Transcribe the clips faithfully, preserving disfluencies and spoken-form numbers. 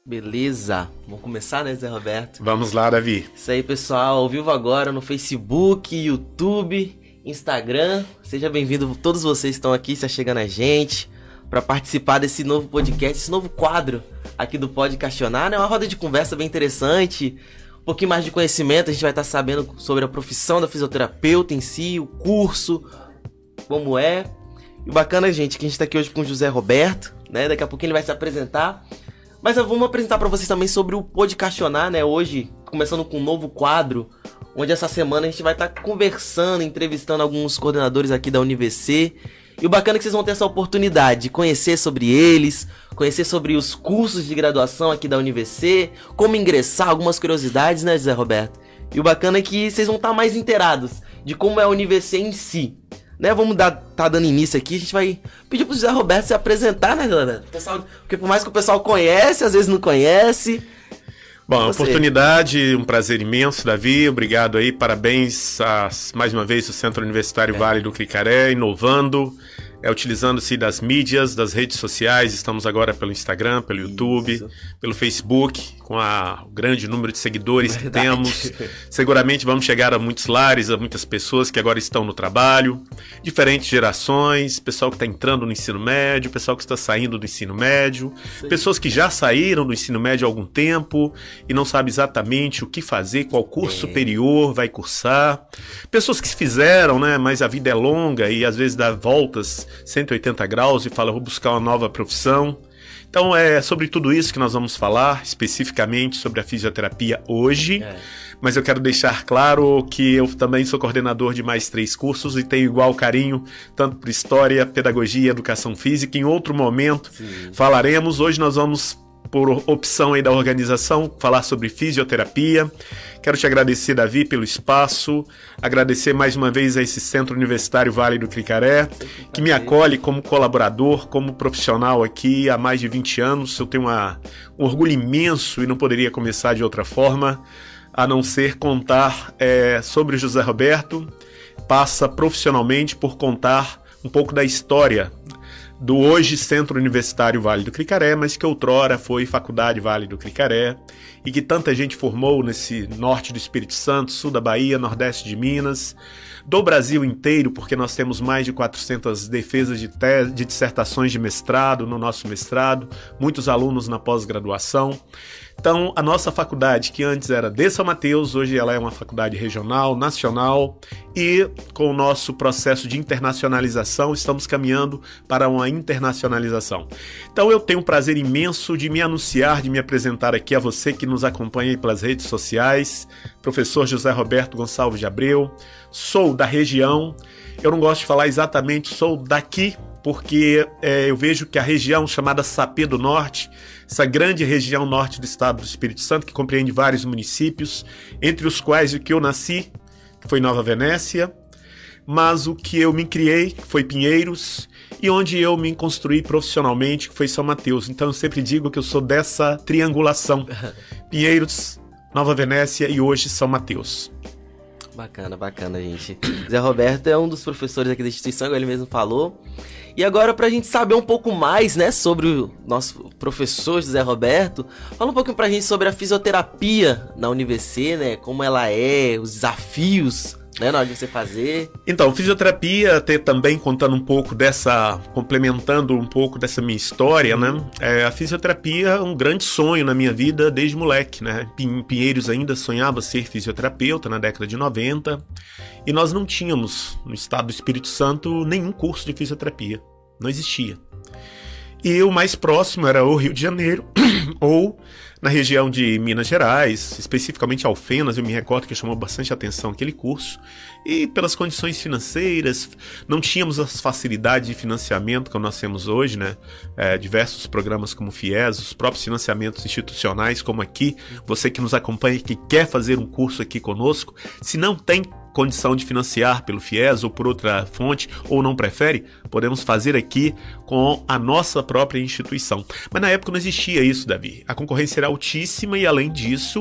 Beleza, vamos começar, né, Zé Roberto? Vamos lá, Davi. Isso aí, pessoal, ao vivo agora no Facebook, YouTube, Instagram. Seja bem-vindo, todos vocês que estão aqui se achegando a gente para participar desse novo podcast, esse novo quadro aqui do Pode Questionar, né? Uma roda de conversa bem interessante, um pouquinho mais de conhecimento. A gente vai estar sabendo sobre a profissão da fisioterapeuta em si, o curso, como é. E o bacana, gente, que a gente tá aqui hoje com o José Roberto, né? Daqui a pouquinho ele vai se apresentar. Mas vamos apresentar para vocês também sobre o Pode Questionar, né? Hoje, começando com um novo quadro, onde essa semana a gente vai estar conversando, entrevistando alguns coordenadores aqui da U N V C. E o bacana é que vocês vão ter essa oportunidade de conhecer sobre eles, conhecer sobre os cursos de graduação aqui da U N V C, como ingressar, algumas curiosidades, né, José Roberto? E o bacana é que vocês vão estar mais inteirados de como é a U N V C em si. Né, vamos dar, tá dando início aqui, a gente vai pedir pro José Roberto se apresentar, né, galera? Pessoal, porque por mais que o pessoal conhece, às vezes não conhece. Bom, a oportunidade, um prazer imenso, Davi, obrigado aí, parabéns a, mais uma vez, o Centro Universitário é. Vale do Cricaré, inovando, é, utilizando-se das mídias, das redes sociais. Estamos agora pelo Instagram, pelo YouTube, Isso. pelo Facebook, com a, o grande número de seguidores Verdade. que temos. Seguramente vamos chegar a muitos lares, a muitas pessoas que agora estão no trabalho, diferentes gerações, pessoal que está entrando no ensino médio, pessoal que está saindo do ensino médio, Sim. pessoas que já saíram do ensino médio há algum tempo e não sabem exatamente o que fazer, qual curso é. superior vai cursar, pessoas que fizeram, né, mas a vida é longa e às vezes dá voltas cento e oitenta graus e fala, vou buscar uma nova profissão. Então é sobre tudo isso que nós vamos falar, especificamente sobre a fisioterapia hoje, é. mas eu quero deixar claro que eu também sou coordenador de mais três cursos e tenho igual carinho, tanto por História, Pedagogia e Educação Física. Em outro momento Sim. falaremos. Hoje nós vamos, por opção aí da organização, falar sobre fisioterapia. Quero te agradecer, Davi, pelo espaço, agradecer mais uma vez a esse Centro Universitário Vale do Cricaré, que me acolhe como colaborador, como profissional aqui há mais de vinte anos. Eu tenho uma, um orgulho imenso e não poderia começar de outra forma, a não ser contar é, sobre o José Roberto. Passa profissionalmente por contar um pouco da história do hoje Centro Universitário Vale do Cricaré, mas que outrora foi Faculdade Vale do Cricaré, e que tanta gente formou nesse norte do Espírito Santo, sul da Bahia, nordeste de Minas, do Brasil inteiro, porque nós temos mais de quatrocentas defesas de, tese, de dissertações de mestrado no nosso mestrado, muitos alunos na pós-graduação. Então, a nossa faculdade, que antes era de São Mateus, hoje ela é uma faculdade regional, nacional, e com o nosso processo de internacionalização, estamos caminhando para uma internacionalização. Então, eu tenho um prazer imenso de me anunciar, de me apresentar aqui a você que nos acompanha aí pelas redes sociais, professor José Roberto Gonçalves de Abreu, sou da região, eu não gosto de falar exatamente, sou daqui, porque é, eu vejo que a região chamada Sapê do Norte, essa grande região norte do estado do Espírito Santo, que compreende vários municípios, entre os quais o que eu nasci, que foi Nova Venécia, mas o que eu me criei, que foi Pinheiros, e onde eu me construí profissionalmente, que foi São Mateus. Então eu sempre digo que eu sou dessa triangulação, Pinheiros, Nova Venécia e hoje São Mateus. Bacana, bacana, gente. Zé Roberto é um dos professores aqui da instituição, como ele mesmo falou. E agora, pra gente saber um pouco mais, né, sobre o nosso professor José Roberto, fala um pouquinho pra gente sobre a fisioterapia na U N V C, né, como ela é, os desafios, né, na hora de você fazer. Então, fisioterapia, até também contando um pouco dessa, complementando um pouco dessa minha história, né, é, a fisioterapia é um grande sonho na minha vida desde moleque, né, em Pinheiros ainda sonhava ser fisioterapeuta na década de noventa, e nós não tínhamos no estado do Espírito Santo nenhum curso de fisioterapia, não existia. E o mais próximo era o Rio de Janeiro, ou na região de Minas Gerais, especificamente Alfenas. Eu me recordo que chamou bastante atenção aquele curso, e pelas condições financeiras, não tínhamos as facilidades de financiamento que nós temos hoje, né? É, diversos programas como o FIES, os próprios financiamentos institucionais, como aqui, você que nos acompanha, que quer fazer um curso aqui conosco, se não tem condição de financiar pelo FIES ou por outra fonte, ou não prefere, podemos fazer aqui com a nossa própria instituição. Mas na época não existia isso, Davi. A concorrência era altíssima e, além disso,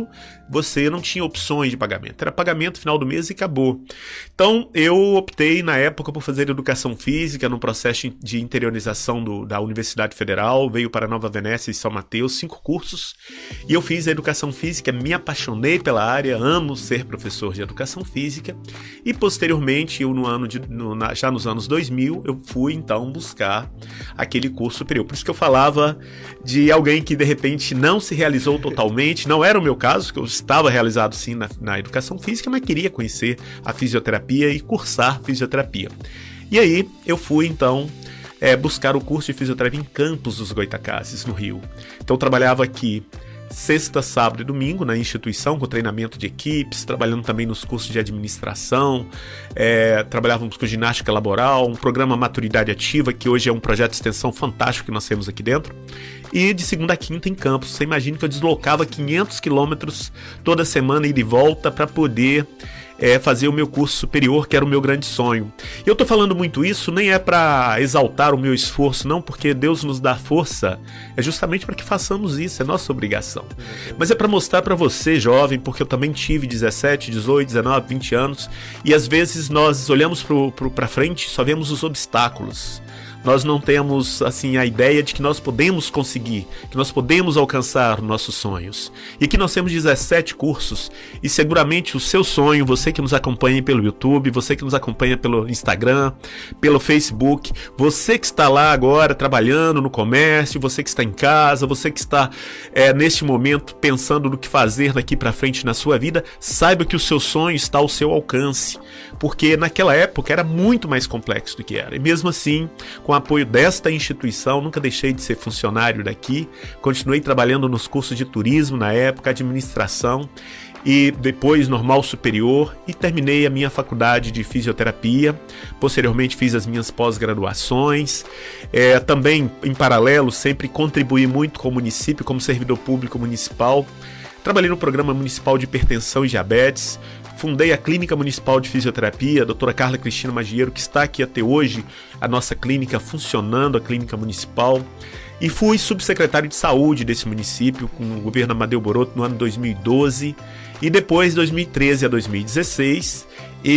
você não tinha opções de pagamento. Era pagamento final do mês e acabou. Então, eu optei, na época, por fazer educação física no processo de interiorização do, da Universidade Federal. Veio para Nova Venécia e São Mateus, cinco cursos. E eu fiz a educação física, me apaixonei pela área, amo ser professor de educação física. E, posteriormente, eu no ano de, no, na, já nos anos dois mil, eu fui, então, buscar aquele curso superior. Por isso que eu falava de alguém que, de repente, não se realizou totalmente. Não era o meu caso, que eu estava realizado, sim, na, na educação física, mas queria conhecer a fisioterapia e cursar fisioterapia. E aí, eu fui, então, é, buscar o curso de fisioterapia em Campos dos Goytacazes, no Rio. Então, eu trabalhava aqui sexta, sábado e domingo na instituição, com treinamento de equipes, trabalhando também nos cursos de administração, é, trabalhávamos com ginástica laboral, um programa Maturidade Ativa, que hoje é um projeto de extensão fantástico que nós temos aqui dentro. E de segunda a quinta em Campos. Você imagina que eu deslocava quinhentos quilômetros toda semana, ida e volta, para poder é, fazer o meu curso superior, que era o meu grande sonho. E eu tô falando muito isso, nem é para exaltar o meu esforço, não, porque Deus nos dá força, é justamente para que façamos isso, é nossa obrigação. Mas é para mostrar para você, jovem, porque eu também tive dezessete, dezoito, dezenove, vinte anos, e às vezes nós olhamos para frente e só vemos os obstáculos. Nós não temos, assim, a ideia de que nós podemos conseguir, que nós podemos alcançar nossos sonhos. E que nós temos dezessete cursos, e seguramente o seu sonho, você que nos acompanha pelo YouTube, você que nos acompanha pelo Instagram, pelo Facebook, você que está lá agora trabalhando no comércio, você que está em casa, você que está é, neste momento pensando no que fazer daqui para frente na sua vida, saiba que o seu sonho está ao seu alcance. Porque naquela época era muito mais complexo do que era. E mesmo assim, com o apoio desta instituição, nunca deixei de ser funcionário daqui, continuei trabalhando nos cursos de turismo na época, administração, e depois normal superior, e terminei a minha faculdade de fisioterapia. Posteriormente fiz as minhas pós-graduações, é, também em paralelo sempre contribuí muito com o município como servidor público municipal. Trabalhei no programa municipal de hipertensão e diabetes, fundei a Clínica Municipal de Fisioterapia, a doutora Carla Cristina Magieiro, que está aqui até hoje, a nossa clínica funcionando, a clínica municipal. E fui subsecretário de saúde desse município, com o governo Amadeu Boroto, no ano dois mil e doze. E depois, de dois mil e treze a dois mil e dezesseis,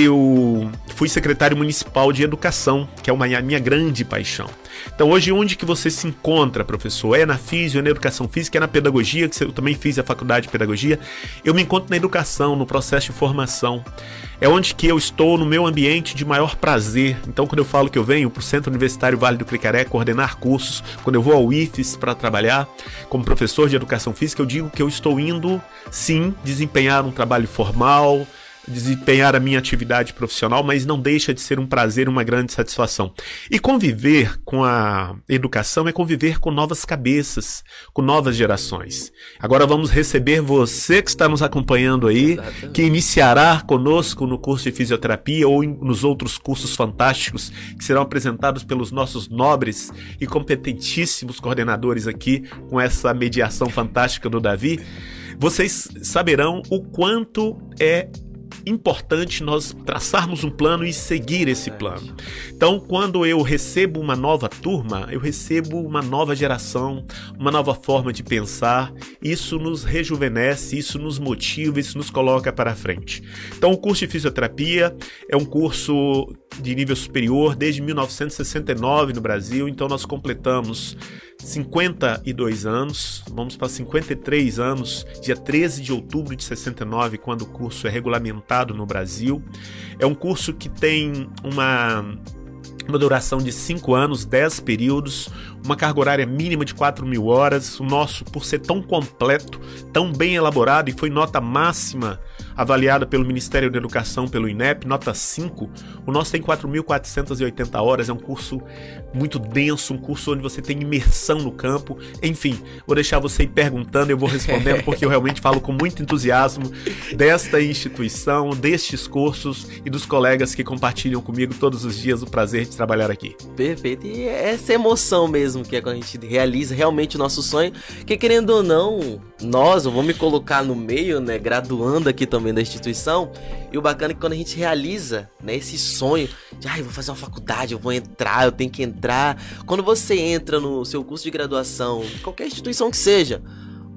eu fui secretário municipal de educação, que é uma minha grande paixão. Então hoje onde que você se encontra, professor? É na físio, é na educação física, é na pedagogia, que eu também fiz a faculdade de pedagogia. Eu me encontro na educação, no processo de formação. É onde que eu estou no meu ambiente de maior prazer. Então quando eu falo que eu venho para o Centro Universitário Vale do Cricaré coordenar cursos, quando eu vou ao I F E S para trabalhar como professor de educação física, eu digo que eu estou indo, sim, desempenhar um trabalho formal, desempenhar a minha atividade profissional, mas não deixa de ser um prazer e uma grande satisfação. E conviver com a educação é conviver com novas cabeças, com novas gerações. Agora vamos receber você que está nos acompanhando aí, exatamente, que iniciará conosco no curso de fisioterapia ou nos outros cursos fantásticos que serão apresentados pelos nossos nobres e competentíssimos coordenadores aqui, com essa mediação fantástica do Davi. Vocês saberão o quanto é importante nós traçarmos um plano e seguir esse plano. Então, quando eu recebo uma nova turma, eu recebo uma nova geração, uma nova forma de pensar. Isso nos rejuvenesce, isso nos motiva, isso nos coloca para frente. Então, o curso de fisioterapia é um curso de nível superior desde mil novecentos e sessenta e nove no Brasil. Então, nós completamos cinquenta e dois anos, vamos para cinquenta e três anos, dia treze de outubro de sessenta e nove, quando o curso é regulamentado no Brasil. É um curso que tem uma, uma duração de cinco anos, dez períodos, uma carga horária mínima de quatro mil horas. O nosso, por ser tão completo, tão bem elaborado, e foi nota máxima avaliada pelo Ministério da Educação, pelo INEP, nota cinco, o nosso tem quatro mil quatrocentas e oitenta horas, é um curso muito denso, um curso onde você tem imersão no campo. Enfim, vou deixar você ir perguntando, eu vou respondendo, porque eu realmente falo com muito entusiasmo desta instituição, destes cursos e dos colegas que compartilham comigo todos os dias o prazer de trabalhar aqui. Perfeito, e é essa emoção mesmo que é quando a gente realiza realmente o nosso sonho, que querendo ou não, nós, eu vou me colocar no meio, né, graduando aqui também da instituição, e o bacana é que quando a gente realiza, né, esse sonho de, ai, ah, vou fazer uma faculdade, eu vou entrar, eu tenho que entrar. Quando você entra no seu curso de graduação, qualquer instituição que seja,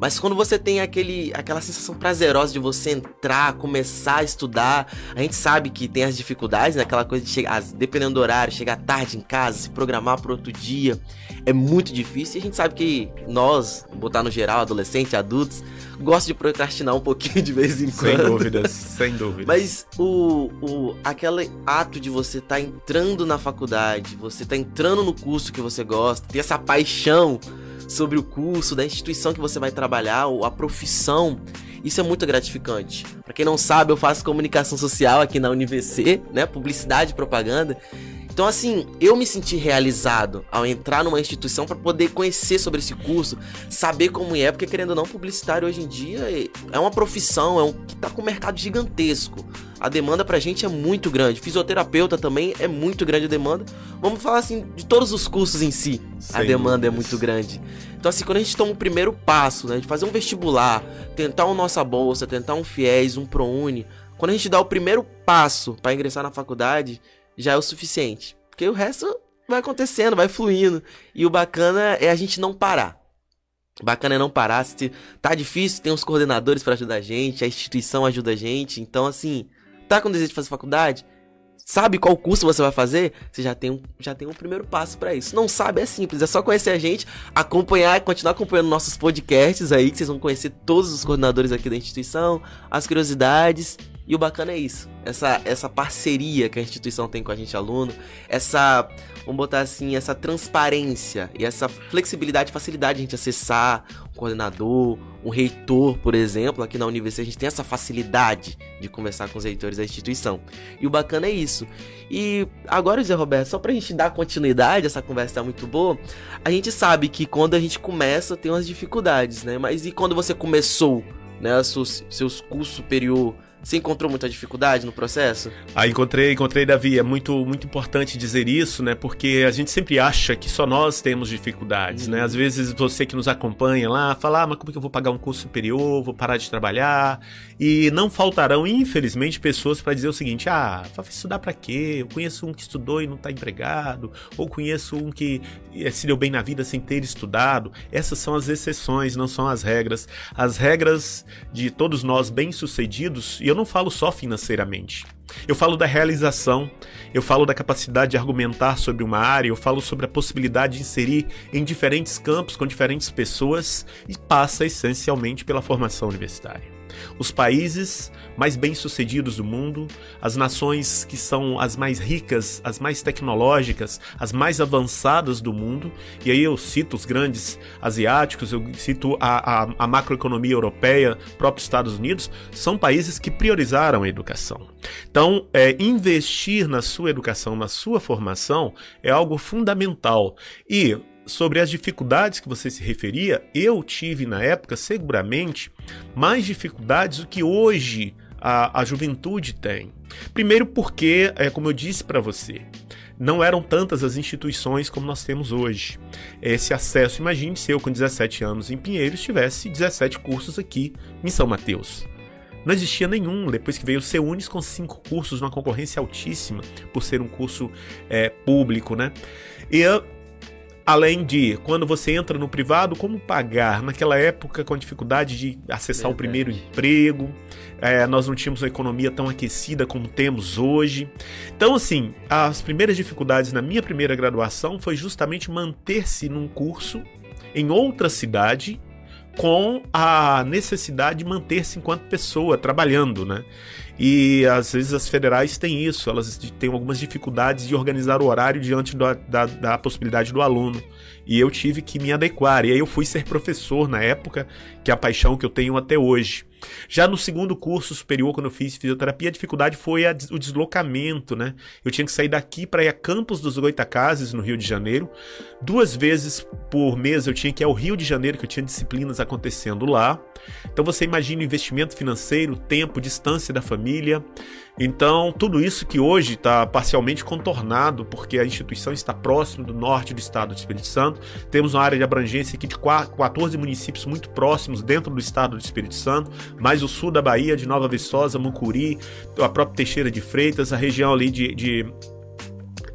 Mas quando você tem aquele, aquela sensação prazerosa de você entrar, começar a estudar, a gente sabe que tem as dificuldades, né? Aquela coisa de chegar, dependendo do horário, chegar tarde em casa, se programar para outro dia, é muito difícil. E a gente sabe que nós, botar no geral, adolescentes, adultos, gostam de procrastinar um pouquinho de vez em quando. Sem dúvidas, sem dúvidas. Mas o, o, aquele ato de você estar tá entrando na faculdade, você tá entrando no curso que você gosta, ter essa paixão sobre o curso, da instituição que você vai trabalhar, ou a profissão, isso é muito gratificante. Pra quem não sabe, eu faço comunicação social aqui na U N V C, né, publicidade e propaganda. Então assim, eu me senti realizado ao entrar numa instituição para poder conhecer sobre esse curso, saber como é, porque querendo ou não, publicitário hoje em dia é uma profissão, é um que tá com um mercado gigantesco. A demanda pra gente é muito grande. Fisioterapeuta também é muito grande a demanda. Vamos falar assim, de todos os cursos em si, Sem a demanda dúvidas. é muito grande. Então assim, quando a gente toma o primeiro passo, né, de fazer um vestibular, tentar um Nossa Bolsa, tentar um FIES, um ProUni, quando a gente dá o primeiro passo para ingressar na faculdade, já é o suficiente. Porque o resto vai acontecendo, vai fluindo. E o bacana é a gente não parar. Bacana é não parar. Se tá difícil, tem uns coordenadores para ajudar a gente, a instituição ajuda a gente. Então, assim, tá com desejo de fazer faculdade? Sabe qual curso você vai fazer? Você já tem um, já tem um primeiro passo para isso. Não sabe, é simples. É só conhecer a gente, acompanhar, continuar acompanhando nossos podcasts aí, que vocês vão conhecer todos os coordenadores aqui da instituição, as curiosidades. E o bacana é isso, essa, essa parceria que a instituição tem com a gente aluno, essa, vamos botar assim, essa transparência e essa flexibilidade, facilidade de a gente acessar um coordenador, um reitor, por exemplo. Aqui na U N V C a gente tem essa facilidade de conversar com os reitores da instituição. E o bacana é isso. E agora, Zé Roberto, só pra gente dar continuidade, essa conversa tá muito boa, a gente sabe que quando a gente começa tem umas dificuldades, né? Mas e quando você começou, né, seus, seus cursos superior, você encontrou muita dificuldade no processo? Ah, encontrei, encontrei, Davi. É muito, muito importante dizer isso, né? Porque a gente sempre acha que só nós temos dificuldades, uhum. né? Às vezes você que nos acompanha lá fala, ah, mas como é que eu vou pagar um curso superior? Vou parar de trabalhar? E não faltarão, infelizmente, pessoas para dizer o seguinte, ah, vai estudar pra quê? Eu conheço um que estudou e não tá empregado, ou conheço um que se deu bem na vida sem ter estudado. Essas são as exceções, não são as regras. As regras de todos nós bem-sucedidos, e eu não falo só financeiramente. Eu falo da realização, eu falo da capacidade de argumentar sobre uma área, eu falo sobre a possibilidade de inserir em diferentes campos com diferentes pessoas e passa essencialmente pela formação universitária. Os países mais bem-sucedidos do mundo, as nações que são as mais ricas, as mais tecnológicas, as mais avançadas do mundo, e aí eu cito os grandes asiáticos, eu cito a, a, a macroeconomia europeia, próprios Estados Unidos, são países que priorizaram a educação. Então, é, investir na sua educação, na sua formação, é algo fundamental. E sobre as dificuldades que você se referia, eu tive na época, seguramente, mais dificuldades do que hoje a, a juventude tem. Primeiro porque, é, como eu disse para você, não eram tantas as instituições como nós temos hoje. Esse acesso, imagine se eu com dezessete anos em Pinheiros tivesse dezessete cursos aqui em São Mateus. Não existia nenhum, depois que veio o CEUNES com cinco cursos, numa concorrência altíssima, por ser um curso é, público, né? E além de, quando você entra no privado, como pagar? Naquela época, com a dificuldade de acessar Verdade. o primeiro emprego, é, nós não tínhamos uma economia tão aquecida como temos hoje. Então, assim, as primeiras dificuldades na minha primeira graduação foi justamente manter-se num curso em outra cidade, com a necessidade de manter-se enquanto pessoa, trabalhando, né? E às vezes as federais têm isso, elas têm algumas dificuldades de organizar o horário diante da, da, da possibilidade do aluno. E eu tive que me adequar, e aí eu fui ser professor na época, que é a paixão que eu tenho até hoje. Já no segundo curso superior, quando eu fiz fisioterapia, a dificuldade foi a, o deslocamento, né? Eu tinha que sair daqui para ir a Campos dos Goitacazes, no Rio de Janeiro. Duas vezes por mês eu tinha que ir ao Rio de Janeiro, que eu tinha disciplinas acontecendo lá. Então você imagina o investimento financeiro, tempo, distância da família. Então tudo isso que hoje está parcialmente contornado, porque a instituição está próximo do norte do estado do Espírito Santo. Temos uma área de abrangência aqui de quatorze municípios muito próximos dentro do estado do Espírito Santo, mais o sul da Bahia, de Nova Viçosa, Mucuri, a própria Teixeira de Freitas, a região ali de, de,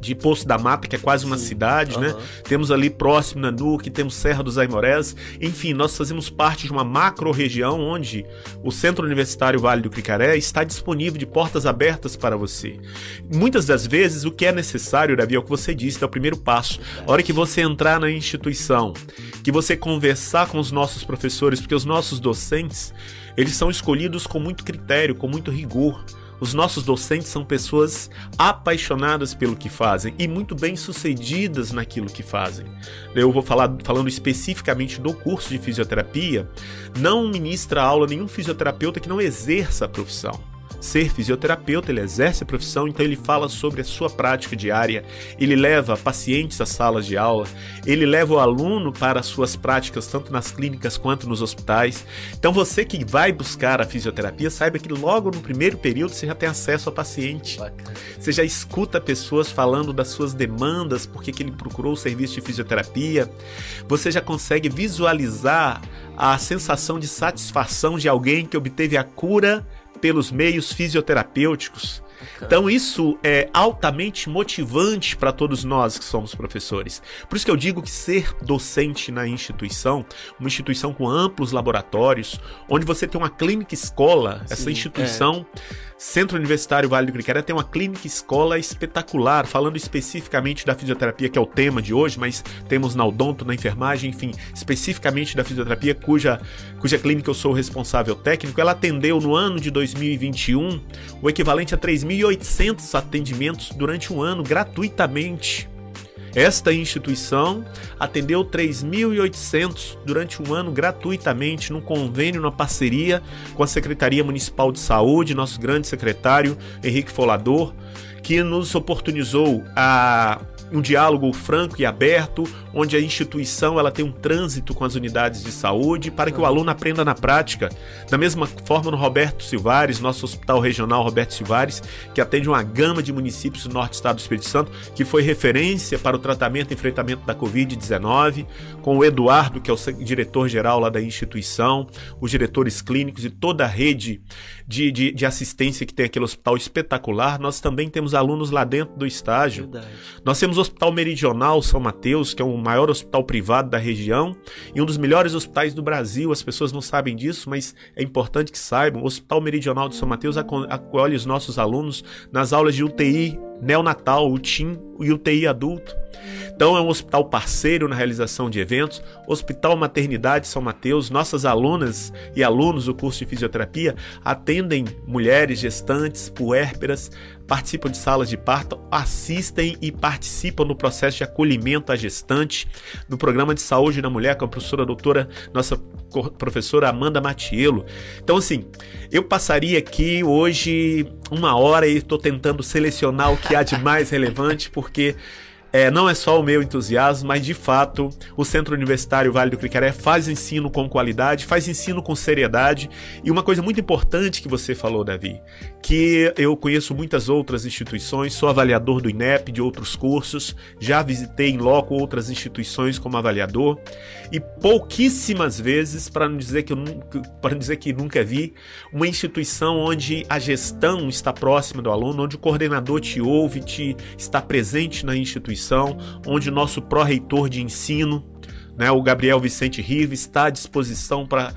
de Poço da Mata, que é quase uma Sim. cidade, uhum. né? Temos ali próximo Nanuque, temos Serra dos Aimorés. Enfim, nós fazemos parte de uma macro-região onde o Centro Universitário Vale do Cricaré está disponível de portas abertas para você. Muitas das vezes, o que é necessário, Davi, é o que você disse, é o primeiro passo. A hora que você entrar na instituição, que você conversar com os nossos professores, porque os nossos docentes, eles são escolhidos com muito critério, com muito rigor. Os nossos docentes são pessoas apaixonadas pelo que fazem e muito bem-sucedidas naquilo que fazem. Eu vou falar falando especificamente do curso de fisioterapia, não ministra aula nenhum fisioterapeuta que não exerça a profissão. Ser fisioterapeuta, ele exerce a profissão, então ele fala sobre a sua prática diária, ele leva pacientes às salas de aula, ele leva o aluno para as suas práticas, tanto nas clínicas quanto nos hospitais. Então você que vai buscar a fisioterapia, saiba que logo no primeiro período você já tem acesso ao paciente. Bacana. Você já escuta pessoas falando das suas demandas, porque que ele procurou o serviço de fisioterapia. Você já consegue visualizar a sensação de satisfação de alguém que obteve a cura pelos meios fisioterapêuticos. Então isso é altamente motivante para todos nós que somos professores. Por isso que eu digo que ser docente na instituição, uma instituição com amplos laboratórios, onde você tem uma clínica escola, Sim, essa instituição, é. Centro Universitário Vale do Cricaré tem uma clínica escola espetacular, falando especificamente da fisioterapia, que é o tema de hoje, mas temos na odonto, na enfermagem, enfim, especificamente da fisioterapia, cuja, cuja clínica eu sou o responsável técnico. Ela atendeu no ano de dois mil e vinte e um o equivalente a três mil e oitocentos atendimentos durante um ano, gratuitamente. Esta instituição atendeu três mil e oitocentos durante um ano gratuitamente, num convênio, numa parceria com a Secretaria Municipal de Saúde, nosso grande secretário Henrique Folador, que nos oportunizou a um diálogo franco e aberto, onde a instituição ela tem um trânsito com as unidades de saúde para que o aluno aprenda na prática. Da mesma forma no Roberto Silvares, nosso Hospital Regional Roberto Silvares, que atende uma gama de municípios do norte do estado do Espírito Santo, que foi referência para o tratamento e enfrentamento da covid dezenove, com o Eduardo, que é o diretor-geral lá da instituição, os diretores clínicos e toda a rede de, de, de assistência que tem aquele hospital espetacular. Nós também temos alunos lá dentro do estágio. Verdade. Nós temos o Hospital Meridional São Mateus, que é o maior hospital privado da região e um dos melhores hospitais do Brasil. As pessoas não sabem disso, mas é importante que saibam. O Hospital Meridional de São Mateus acolhe os nossos alunos nas aulas de U T I neonatal, U T I M e U T I adulto. Então é um hospital parceiro na realização de eventos. Hospital Maternidade São Mateus, nossas alunas e alunos do curso de fisioterapia atendem mulheres gestantes, puérperas, participam de salas de parto, assistem e participam no processo de acolhimento à gestante, no programa de saúde da mulher com a professora doutora, nossa professora Amanda Matiello. Então assim, eu passaria aqui hoje uma hora e estou tentando selecionar o que há de mais relevante, porque É, não é só o meu entusiasmo, mas de fato o Centro Universitário Vale do Cricaré faz ensino com qualidade, faz ensino com seriedade. E uma coisa muito importante que você falou, Davi, que eu conheço muitas outras instituições, sou avaliador do I N E P, de outros cursos, já visitei em loco outras instituições como avaliador e pouquíssimas vezes, para não dizer que eu nunca, para dizer que nunca vi, uma instituição onde a gestão está próxima do aluno, onde o coordenador te ouve, te está presente na instituição, onde o nosso pró-reitor de ensino, né, o Gabriel Vicente Rives, está à disposição para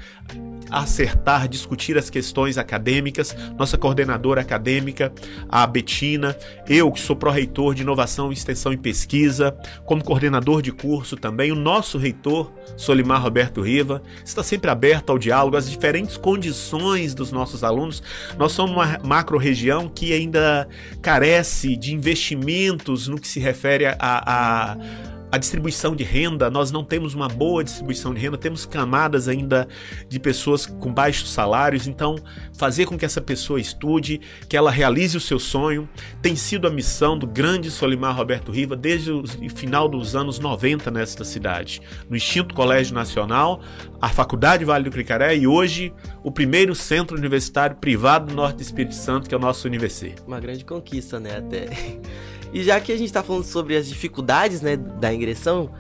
acertar, discutir as questões acadêmicas, nossa coordenadora acadêmica, a Betina, eu que sou pró-reitor de inovação, extensão e pesquisa, como coordenador de curso também, o nosso reitor, Solimar Roberto Riva, está sempre aberto ao diálogo, às diferentes condições dos nossos alunos. Nós somos uma macro-região que ainda carece de investimentos no que se refere a, a A distribuição de renda. Nós não temos uma boa distribuição de renda, temos camadas ainda de pessoas com baixos salários, então fazer com que essa pessoa estude, que ela realize o seu sonho, tem sido a missão do grande Solimar Roberto Riva desde o final dos anos noventa nesta cidade, no extinto Colégio Nacional, a Faculdade Vale do Cricaré e hoje o primeiro centro universitário privado do Norte do Espírito Santo, que é o nosso Univercer. Uma grande conquista, né, até... E já que a gente está falando sobre as dificuldades, né, da ingressão,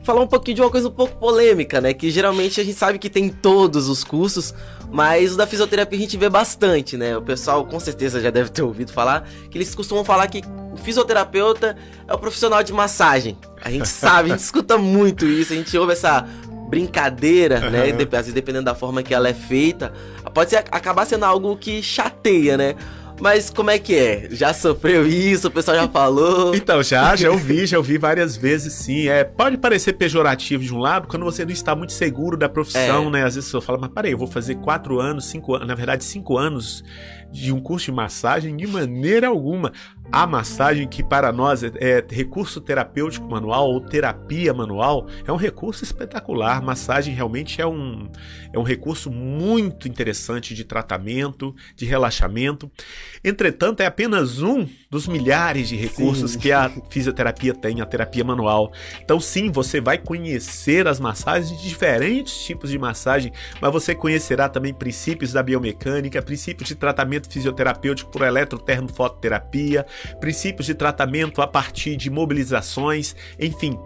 falar um pouquinho de uma coisa um pouco polêmica, né? Que geralmente a gente sabe que tem todos os cursos, mas o da fisioterapia a gente vê bastante, né? O pessoal com certeza já deve ter ouvido falar, que eles costumam falar que o fisioterapeuta é o profissional de massagem. A gente sabe, a gente escuta muito isso, a gente ouve essa brincadeira, uhum. né? Às vezes, dependendo da forma que ela é feita, pode ser, acabar sendo algo que chateia, né? Mas como é que é? Já sofreu isso? O pessoal já falou? Então, já, já ouvi, já ouvi várias vezes, sim. É, pode parecer pejorativo de um lado, quando você não está muito seguro da profissão, é. né? Às vezes você fala, mas peraí, eu vou fazer quatro anos, cinco anos, na verdade, cinco anos de um curso de massagem? De maneira alguma. A massagem, que para nós é, é recurso terapêutico manual ou terapia manual, é um recurso espetacular. Massagem realmente é um, é um recurso muito interessante de tratamento, de relaxamento. Entretanto, é apenas um dos milhares de recursos sim. que a fisioterapia tem, a terapia manual. Então, sim, você vai conhecer as massagens de diferentes tipos de massagem, mas você conhecerá também princípios da biomecânica, princípios de tratamento fisioterapêutico por eletrotermofototerapia, princípios de tratamento a partir de mobilizações, enfim.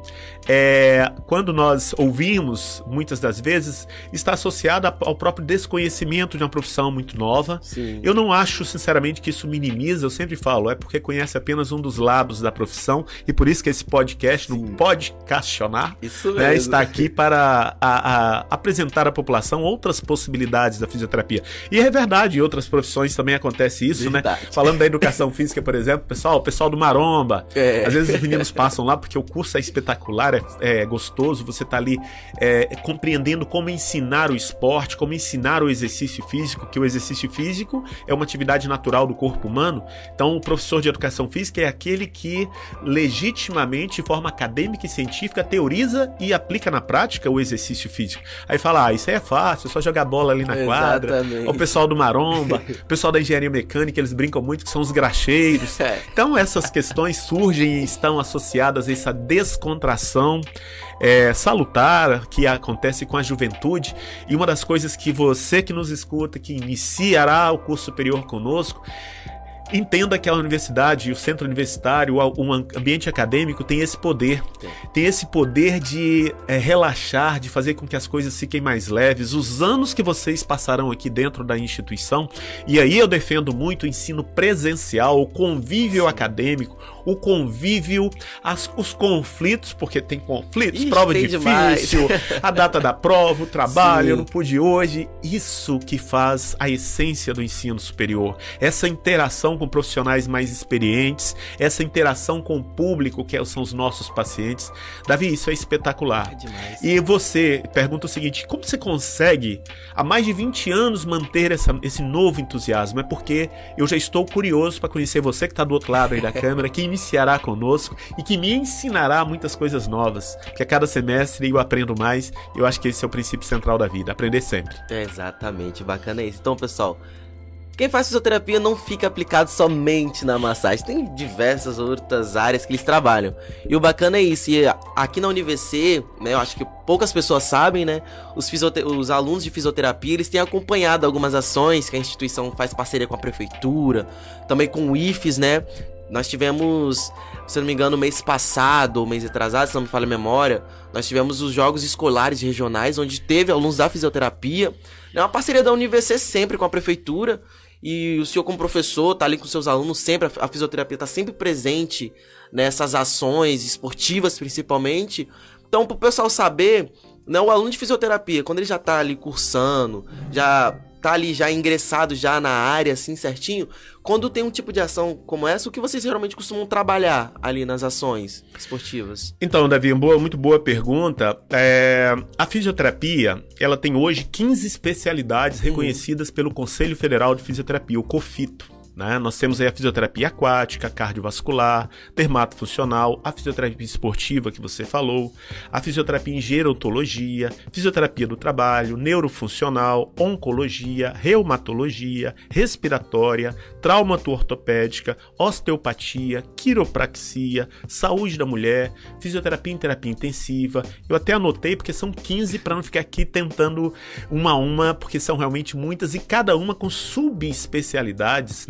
É, quando nós ouvimos, muitas das vezes, está associado ao próprio desconhecimento de uma profissão muito nova. Sim. Eu não acho, sinceramente, que isso minimiza, eu sempre falo, é porque conhece apenas um dos lados da profissão, e por isso que esse podcast, sim. não pode questionar, né, está aqui para a, a, apresentar à população outras possibilidades da fisioterapia. E é verdade, em outras profissões também acontece isso, verdade. né? Falando da educação física, por exemplo, pessoal, o pessoal do Maromba, é. às vezes os meninos passam lá porque o curso é espetacular, é, é gostoso, você tá ali é, compreendendo como ensinar o esporte, como ensinar o exercício físico, que o exercício físico é uma atividade natural do corpo humano. Então o professor de educação física é aquele que legitimamente, de forma acadêmica e científica, teoriza e aplica na prática o exercício físico. Aí fala, ah, isso aí é fácil, é só jogar bola ali na quadra. Exatamente. O pessoal do Maromba, o pessoal da engenharia mecânica, eles brincam muito que são os graxeiros. É. Então essas questões surgem e estão associadas a essa descontração é, salutar que acontece com a juventude. E uma das coisas que você que nos escuta, que iniciará o curso superior conosco, entenda que a universidade, o centro universitário, o ambiente acadêmico tem esse poder. Tem, tem esse poder de é, relaxar, de fazer com que as coisas fiquem mais leves. Os anos que vocês passarão aqui dentro da instituição, e aí eu defendo muito o ensino presencial, o convívio Sim. acadêmico, o convívio, as, os conflitos, porque tem conflitos, Ixi, prova tem difícil, a data da prova, o trabalho, Sim. eu não pude hoje. Isso que faz a essência do ensino superior. Essa interação com profissionais mais experientes, essa interação com o público, que são os nossos pacientes. Davi, isso é espetacular. É demais. E você pergunta o seguinte, como você consegue há mais de vinte anos manter essa, esse novo entusiasmo? É porque eu já estou curioso para conhecer você que está do outro lado aí da câmera, que iniciará conosco e que me ensinará muitas coisas novas, porque a cada semestre eu aprendo mais. Eu acho que esse é o princípio central da vida, aprender sempre. É exatamente, bacana isso. Então, pessoal, quem faz fisioterapia não fica aplicado somente na massagem, tem diversas outras áreas que eles trabalham. E o bacana é isso, e aqui na U N V C, né, eu acho que poucas pessoas sabem, né, os, fisiote- os alunos de fisioterapia, eles têm acompanhado algumas ações que a instituição faz parceria com a prefeitura, também com o I F E S, né. Nós tivemos, se eu não me engano, mês passado, mês atrasado, se não me falha a memória, nós tivemos os jogos escolares regionais, onde teve alunos da fisioterapia, é uma parceria da U N V C sempre com a prefeitura. E o senhor como professor tá ali com seus alunos sempre, a fisioterapia tá sempre presente nessas ações esportivas principalmente. Então pro pessoal saber, né, o aluno de fisioterapia, quando ele já tá ali cursando, já tá ali já ingressado já na área assim certinho, quando tem um tipo de ação como essa, o que vocês geralmente costumam trabalhar ali nas ações esportivas? Então, Davi, boa, muito boa pergunta. É, a fisioterapia, ela tem hoje quinze especialidades reconhecidas uhum. pelo Conselho Federal de Fisioterapia, o COFITO. Né? Nós temos aí a fisioterapia aquática, cardiovascular, dermatofuncional, a fisioterapia esportiva que você falou, a fisioterapia em gerontologia, fisioterapia do trabalho, neurofuncional, oncologia, reumatologia, respiratória, traumato-ortopédica, osteopatia, quiropraxia, saúde da mulher, fisioterapia em terapia intensiva. Eu até anotei porque são quinze para não ficar aqui tentando uma a uma, porque são realmente muitas e cada uma com subespecialidades, né?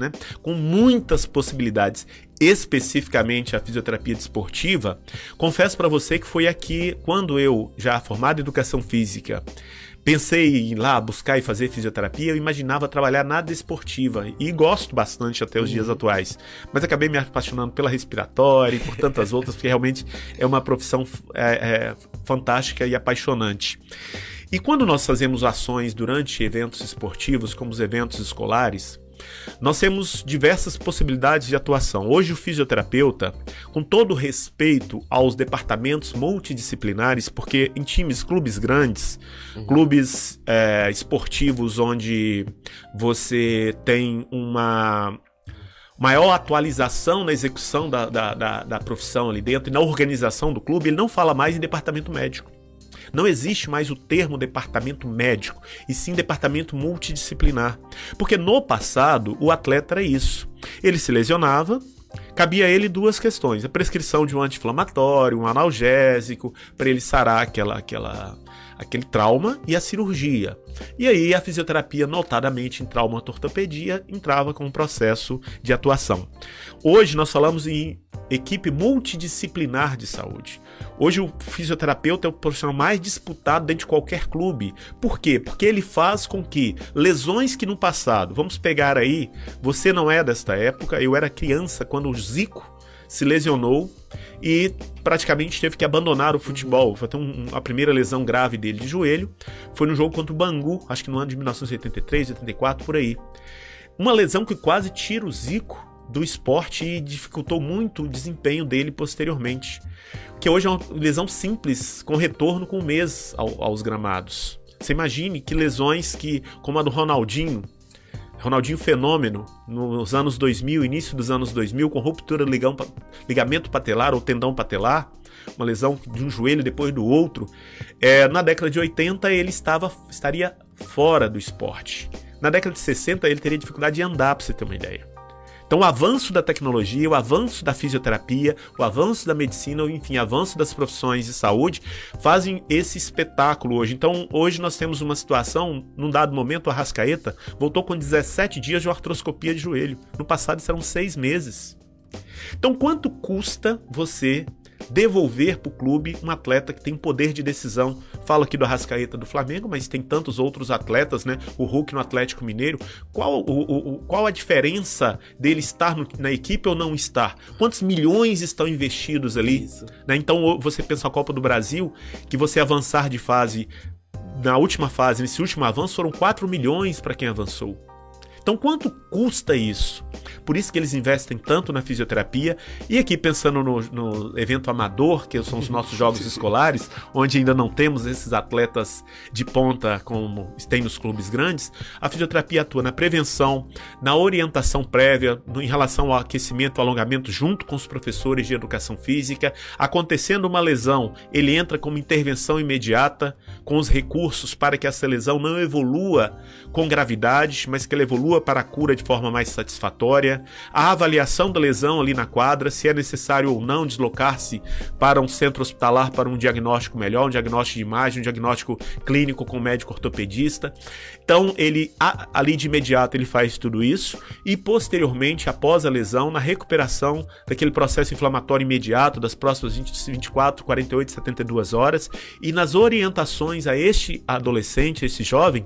né? Com muitas possibilidades, especificamente a fisioterapia desportiva. Confesso para você que foi aqui, quando eu, já formado em educação física, pensei em ir lá buscar e fazer fisioterapia, eu imaginava trabalhar na desportiva, e gosto bastante até os uhum. dias atuais, mas acabei me apaixonando pela respiratória e por tantas outras, porque realmente é uma profissão é, é, fantástica e apaixonante. E quando nós fazemos ações durante eventos esportivos, como os eventos escolares, nós temos diversas possibilidades de atuação. Hoje o fisioterapeuta, com todo respeito aos departamentos multidisciplinares, porque em times, clubes grandes, uhum. clubes é, esportivos onde você tem uma maior atualização na execução da, da, da, da profissão ali dentro e na organização do clube, ele não fala mais em departamento médico. Não existe mais o termo departamento médico, e sim departamento multidisciplinar. Porque no passado, o atleta era isso. Ele se lesionava, cabia a ele duas questões. A prescrição de um anti-inflamatório, um analgésico, para ele sarar aquela, aquela, aquele trauma, e a cirurgia. E aí a fisioterapia, notadamente em traumatortopedia, entrava com um processo de atuação. Hoje nós falamos em equipe multidisciplinar de saúde. Hoje o fisioterapeuta é o profissional mais disputado dentro de qualquer clube. Por quê? Porque ele faz com que lesões que no passado, vamos pegar aí, você não é desta época, eu era criança quando o Zico se lesionou e praticamente teve que abandonar o futebol. Foi até um, a primeira lesão grave dele de joelho, foi no jogo contra o Bangu, acho que no ano de mil novecentos e oitenta e três, oitenta e quatro, por aí. Uma lesão que quase tira o Zico do esporte e dificultou muito o desempenho dele posteriormente. Que hoje é uma lesão simples, com retorno com um mês ao, aos gramados. Você imagine que lesões que, como a do Ronaldinho, Ronaldinho fenômeno, nos anos dois mil, início dos anos dois mil, com ruptura do ligam, ligamento patelar ou tendão patelar, uma lesão de um joelho depois do outro, é, na década de oitenta ele estava, estaria fora do esporte. Na década de sessenta ele teria dificuldade de andar, para você ter uma ideia. Então o avanço da tecnologia, o avanço da fisioterapia, o avanço da medicina, enfim, o avanço das profissões de saúde fazem esse espetáculo hoje. Então hoje nós temos uma situação, num dado momento o Arrascaeta voltou com dezessete dias de artroscopia de joelho. No passado isso eram seis meses. Então quanto custa você devolver para o clube um atleta que tem poder de decisão? Falo aqui do Arrascaeta do Flamengo, mas tem tantos outros atletas, né? O Hulk no Atlético Mineiro. Qual, o, o, qual a diferença dele estar no, na equipe ou não estar? Quantos milhões estão investidos ali? Né? Então você pensa a Copa do Brasil, que você avançar de fase, na última fase, nesse último avanço, foram quatro milhões para quem avançou. Então quanto custa isso? Por isso que eles investem tanto na fisioterapia. E aqui pensando no, no evento amador, que são os nossos jogos escolares, onde ainda não temos esses atletas de ponta como tem nos clubes grandes, a fisioterapia atua na prevenção, na orientação prévia, no, em relação ao aquecimento, alongamento, junto com os professores de educação física. Acontecendo uma lesão, ele entra como intervenção imediata, com os recursos para que essa lesão não evolua com gravidade, mas que ela evolua para a cura de forma mais satisfatória, a avaliação da lesão ali na quadra, se é necessário ou não deslocar-se para um centro hospitalar para um diagnóstico melhor, um diagnóstico de imagem, um diagnóstico clínico com o médico ortopedista. Então ele ali de imediato ele faz tudo isso e posteriormente, após a lesão, na recuperação daquele processo inflamatório imediato das próximas vinte, vinte e quatro, quarenta e oito, setenta e duas horas, e nas orientações a este adolescente, a esse jovem,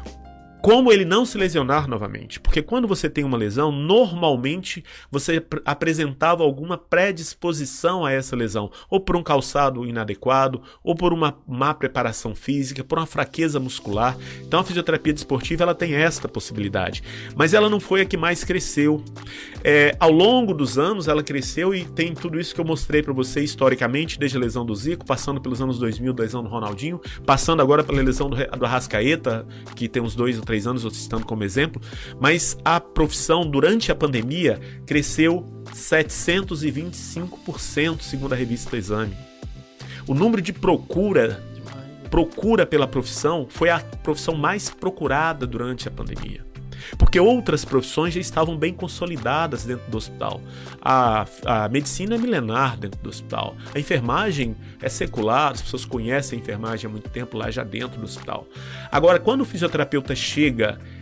como ele não se lesionar novamente. Porque quando você tem uma lesão, normalmente você apresentava alguma predisposição a essa lesão, ou por um calçado inadequado, ou por uma má preparação física, por uma fraqueza muscular. Então a fisioterapia desportiva ela tem esta possibilidade, mas ela não foi a que mais cresceu. É, ao longo dos anos ela cresceu e tem tudo isso que eu mostrei para você historicamente, desde a lesão do Zico, passando pelos anos dois mil, da lesão do Ronaldinho, passando agora pela lesão do, do Arrascaeta, que tem uns dois ou três anos, eu citando como exemplo, mas a profissão durante a pandemia cresceu setecentos e vinte e cinco por cento, segundo a revista Exame. O número de procura, procura pela profissão foi a profissão mais procurada durante a pandemia. Porque outras profissões já estavam bem consolidadas dentro do hospital. A, a medicina é milenar dentro do hospital. A enfermagem é secular, as pessoas conhecem a enfermagem há muito tempo lá já dentro do hospital. Agora, quando o fisioterapeuta chega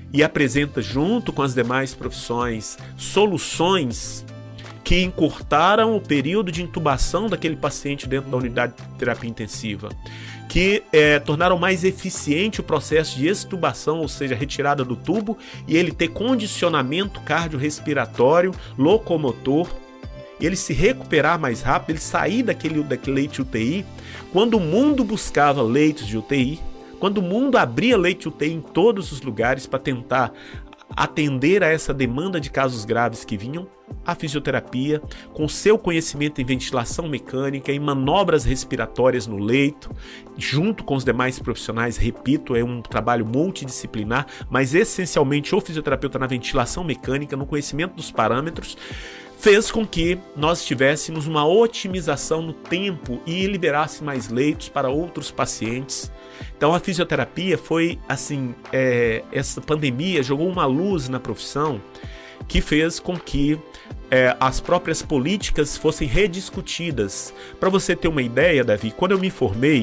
e apresenta, junto com as demais profissões, soluções que encurtaram o período de intubação daquele paciente dentro da unidade de terapia intensiva, que é, tornaram mais eficiente o processo de extubação, ou seja, retirada do tubo, e ele ter condicionamento cardiorrespiratório, locomotor, ele se recuperar mais rápido, ele sair daquele, daquele leito U T I. Quando o mundo buscava leitos de U T I, quando o mundo abria leite U T I em todos os lugares para tentar atender a essa demanda de casos graves que vinham, a fisioterapia, com seu conhecimento em ventilação mecânica, em manobras respiratórias no leito, junto com os demais profissionais, repito, é um trabalho multidisciplinar, mas essencialmente o fisioterapeuta na ventilação mecânica, no conhecimento dos parâmetros, fez com que nós tivéssemos uma otimização no tempo e liberasse mais leitos para outros pacientes. Então a fisioterapia foi assim, é, essa pandemia jogou uma luz na profissão que fez com que é, as próprias políticas fossem rediscutidas. Para você ter uma ideia, Davi, quando eu me formei,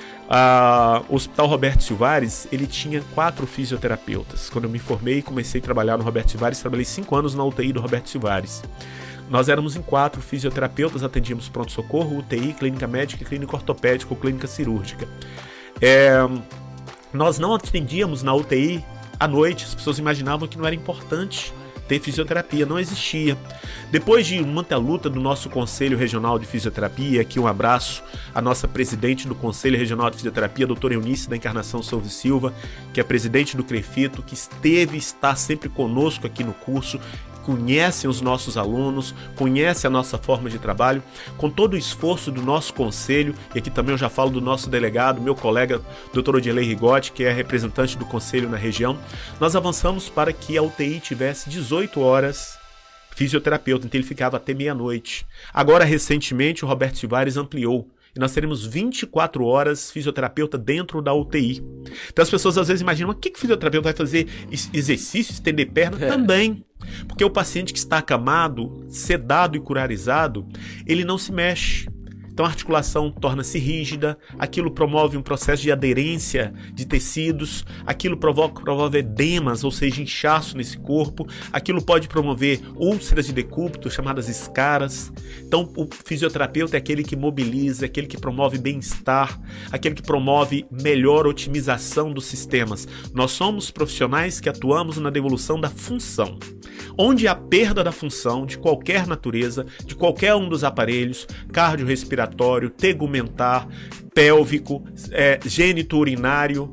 Uh, o Hospital Roberto Silvares, ele tinha quatro fisioterapeutas. Quando eu me formei e comecei a trabalhar no Roberto Silvares, trabalhei cinco anos na U T I do Roberto Silvares. Nós éramos em quatro fisioterapeutas, atendíamos pronto-socorro, U T I, clínica médica, clínica ortopédica ou clínica cirúrgica. É, nós não atendíamos na U T I à noite, as pessoas imaginavam que não era importante ter fisioterapia, não existia. Depois de muita luta do nosso Conselho Regional de Fisioterapia, aqui um abraço à nossa presidente do Conselho Regional de Fisioterapia, a doutora Eunice da Encarnação Souza Silva, que é presidente do CREFITO, que esteve e está sempre conosco aqui no curso, conhecem os nossos alunos, conhece a nossa forma de trabalho, com todo o esforço do nosso conselho, e aqui também eu já falo do nosso delegado, meu colega doutor Odilei Rigotti, que é representante do conselho na região, nós avançamos para que a U T I tivesse dezoito horas fisioterapeuta, então ele ficava até meia-noite. Agora, recentemente, o Roberto Silvares ampliou, e nós teremos vinte e quatro horas fisioterapeuta dentro da U T I. Então as pessoas às vezes imaginam, o que o fisioterapeuta vai fazer? Exercício, estender perna? É. Também. Porque o paciente que está acamado, sedado e curarizado, ele não se mexe. Então a articulação torna-se rígida, aquilo promove um processo de aderência de tecidos, aquilo provoca, promove edemas, ou seja, inchaço nesse corpo, aquilo pode promover úlceras de decúbito, chamadas escaras. Então o fisioterapeuta é aquele que mobiliza, aquele que promove bem-estar, aquele que promove melhor otimização dos sistemas. Nós somos profissionais que atuamos na devolução da função. Onde a perda da função de qualquer natureza, de qualquer um dos aparelhos, cardiorrespiratório, tegumentar, pélvico, é, gênito urinário,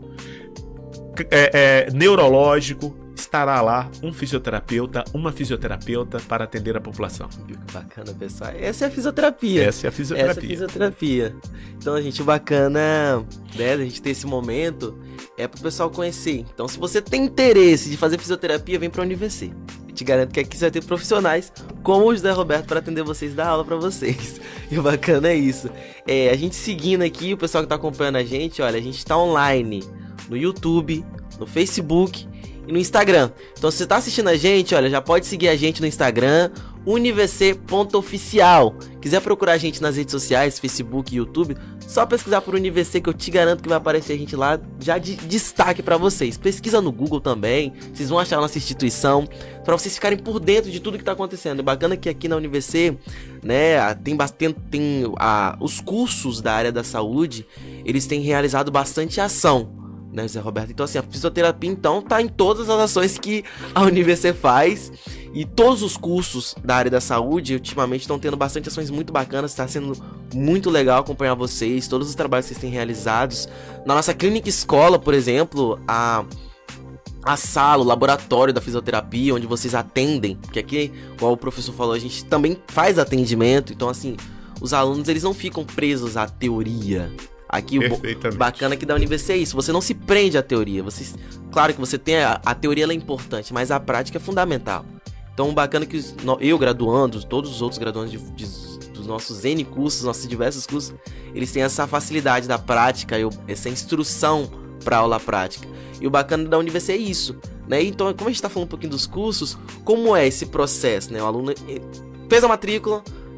é, é, neurológico, estará lá um fisioterapeuta, uma fisioterapeuta para atender a população. Que bacana, pessoal. Essa é a fisioterapia. Essa é a fisioterapia. Essa é a fisioterapia. Então, gente, o bacana, né, a gente ter esse momento é para o pessoal conhecer. Então, se você tem interesse de fazer fisioterapia, vem para a U N V C. Eu te garanto que aqui você vai ter profissionais como o José Roberto para atender vocês e dar aula para vocês. E o bacana é isso. É, a gente seguindo aqui, o pessoal que está acompanhando a gente, olha, a gente está online no YouTube, no Facebook e no Instagram. Então, se você tá assistindo a gente, olha, já pode seguir a gente no Instagram, univc ponto oficial. Quiser procurar a gente nas redes sociais, Facebook e YouTube, só pesquisar por Univc que eu te garanto que vai aparecer a gente lá já de destaque pra vocês. Pesquisa no Google também, vocês vão achar a nossa instituição, pra vocês ficarem por dentro de tudo que tá acontecendo. É bacana que aqui na Univc, né, tem bastante, tem a, os cursos da área da saúde, eles têm realizado bastante ação, né, Zé Roberto? Então, assim, a fisioterapia, então, tá em todas as ações que a Univc faz. E todos os cursos da área da saúde, ultimamente, estão tendo bastante ações muito bacanas. Está sendo muito legal acompanhar vocês, todos os trabalhos que vocês têm realizados. Na nossa clínica escola, por exemplo, a... a sala, o laboratório da fisioterapia, onde vocês atendem, porque aqui, como o professor falou, a gente também faz atendimento. Então, assim, os alunos, eles não ficam presos à teoria. Aqui o bacana aqui da Univc é isso, você não se prende à teoria, você, claro que você tem a, a teoria, ela é importante, mas a prática é fundamental. Então o bacana é que os, eu graduando, todos os outros graduandos de, de, dos nossos N cursos, nossos diversos cursos, eles têm essa facilidade da prática, eu, essa instrução para aula prática. E o bacana da Univc é isso, né? Então, como a gente está falando um pouquinho dos cursos, como é esse processo, né? O aluno fez a matrícula,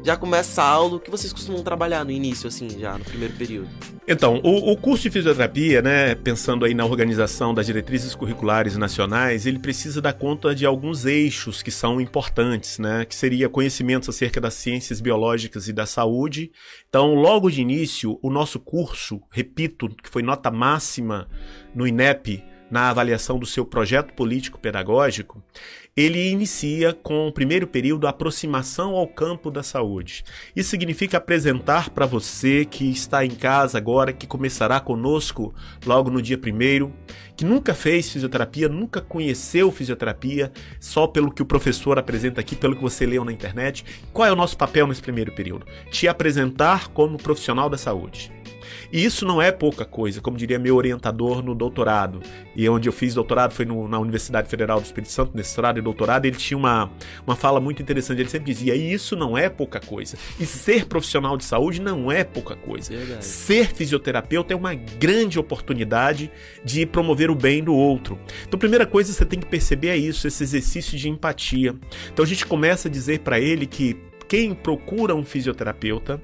já começa a aula, o que vocês costumam trabalhar no início, assim, já no primeiro período? Então, o, o curso de fisioterapia, né, pensando aí na organização das diretrizes curriculares nacionais, ele precisa dar conta de alguns eixos que são importantes, né, que seria conhecimentos acerca das ciências biológicas e da saúde. Então, logo de início, o nosso curso, repito, que foi nota máxima no INEP, na avaliação do seu projeto político-pedagógico, ele inicia com o primeiro período a aproximação ao campo da saúde. Isso significa apresentar para você que está em casa agora, que começará conosco logo no dia primeiro, que nunca fez fisioterapia, nunca conheceu fisioterapia, só pelo que o professor apresenta aqui, pelo que você leu na internet. Qual é o nosso papel nesse primeiro período? Te apresentar como profissional da saúde. E isso não é pouca coisa, como diria meu orientador no doutorado. E onde eu fiz doutorado foi no, na Universidade Federal do Espírito Santo, mestrado e doutorado. Ele tinha uma, uma fala muito interessante. Ele sempre dizia, e isso não é pouca coisa. E ser profissional de saúde não é pouca coisa. Verdade. Ser fisioterapeuta é uma grande oportunidade de promover o bem do outro. Então, a primeira coisa que você tem que perceber é isso, esse exercício de empatia. Então, a gente começa a dizer para ele que quem procura um fisioterapeuta,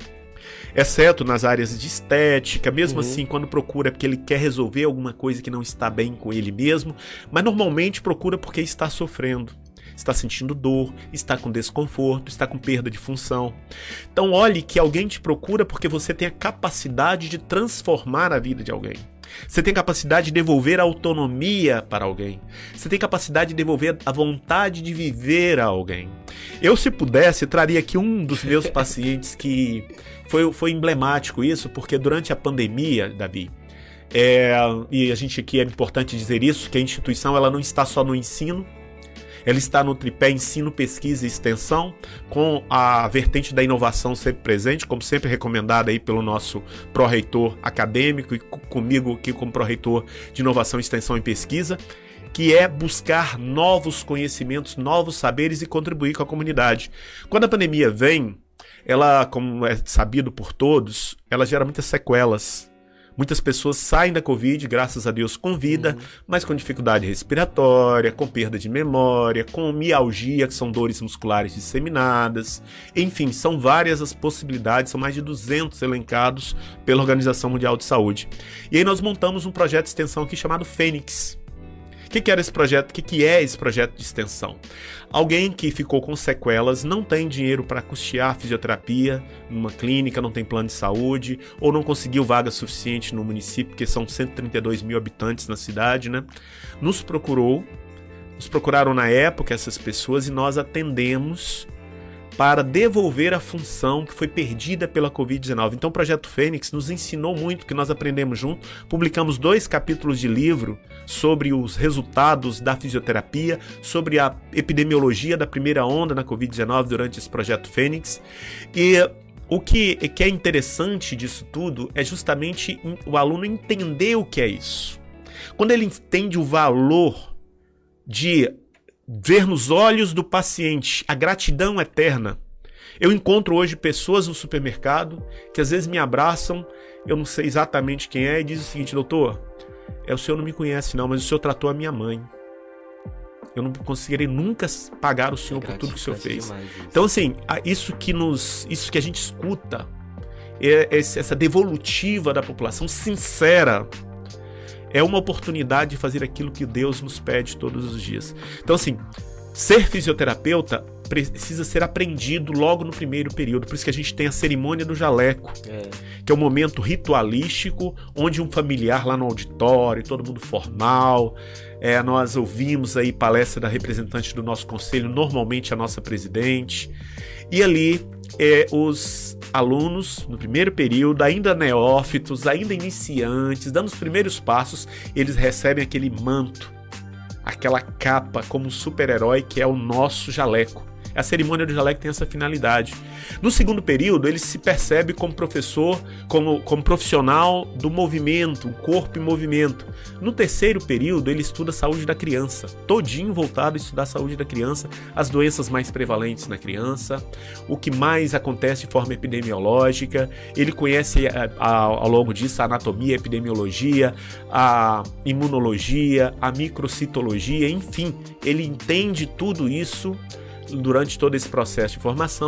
exceto nas áreas de estética, mesmo uhum. assim, quando procura é porque ele quer resolver alguma coisa que não está bem com ele mesmo, mas normalmente procura porque está sofrendo, está sentindo dor, está com desconforto, está com perda de função. Então olhe que alguém te procura porque você tem a capacidade de transformar a vida de alguém. Você tem capacidade de devolver a autonomia para alguém. Você tem capacidade de devolver a vontade de viver a alguém. Eu, se pudesse, traria aqui um dos meus pacientes que foi, foi emblemático isso, porque durante a pandemia, Davi, é, e a gente aqui é importante dizer isso, que a instituição ela não está só no ensino, ela está no tripé ensino, pesquisa e extensão, com a vertente da inovação sempre presente, como sempre recomendada aí pelo nosso pró-reitor acadêmico e comigo aqui como pró-reitor de inovação, extensão e pesquisa, que é buscar novos conhecimentos, novos saberes e contribuir com a comunidade. Quando a pandemia vem, ela, como é sabido por todos, ela gera muitas sequelas. Muitas pessoas saem da Covid, graças a Deus, com vida, uhum. mas com dificuldade respiratória, com perda de memória, com mialgia, que são dores musculares disseminadas. Enfim, são várias as possibilidades, são mais de duzentos elencados pela Organização Mundial de Saúde. E aí nós montamos um projeto de extensão aqui chamado Fênix. O que, que era esse projeto? O que, que é esse projeto de extensão? Alguém que ficou com sequelas, não tem dinheiro para custear fisioterapia numa clínica, não tem plano de saúde, ou não conseguiu vaga suficiente no município, porque são cento e trinta e dois mil habitantes na cidade, né? Nos procurou, nos procuraram na época essas pessoas e nós atendemos para devolver a função que foi perdida pela covid dezenove. Então o Projeto Fênix nos ensinou muito, que nós aprendemos junto, publicamos dois capítulos de livro sobre os resultados da fisioterapia, sobre a epidemiologia da primeira onda na covid dezenove durante esse Projeto Fênix. E o que, que é interessante disso tudo é justamente o aluno entender o que é isso. Quando ele entende o valor de ver nos olhos do paciente a gratidão eterna. Eu encontro hoje pessoas no supermercado que às vezes me abraçam, eu não sei exatamente quem é, e diz o seguinte: doutor, é, o senhor não me conhece não, mas o senhor tratou a minha mãe. Eu não conseguirei nunca pagar o senhor é por tudo que o senhor fez. Então assim, isso que, nos, isso que a gente escuta, é essa devolutiva da população sincera, é uma oportunidade de fazer aquilo que Deus nos pede todos os dias. Então assim, ser fisioterapeuta precisa ser aprendido logo no primeiro período. Por isso que a gente tem a cerimônia do jaleco, é. que é um momento ritualístico, onde um familiar lá no auditório, todo mundo formal, é, nós ouvimos aí palestra da representante do nosso conselho, normalmente a nossa presidente, e ali é, os alunos no primeiro período, ainda neófitos, ainda iniciantes, dando os primeiros passos, eles recebem aquele manto, aquela capa como um super-herói que é o nosso jaleco. A cerimônia do jaleco tem essa finalidade. No segundo período, ele se percebe como professor, como, como profissional do movimento, o corpo em movimento. No terceiro período, ele estuda a saúde da criança, todinho voltado a estudar a saúde da criança, as doenças mais prevalentes na criança, o que mais acontece de forma epidemiológica. Ele conhece a, a, ao longo disso a anatomia, a epidemiologia, a imunologia, a microcitologia, enfim, ele entende tudo isso durante todo esse processo de formação.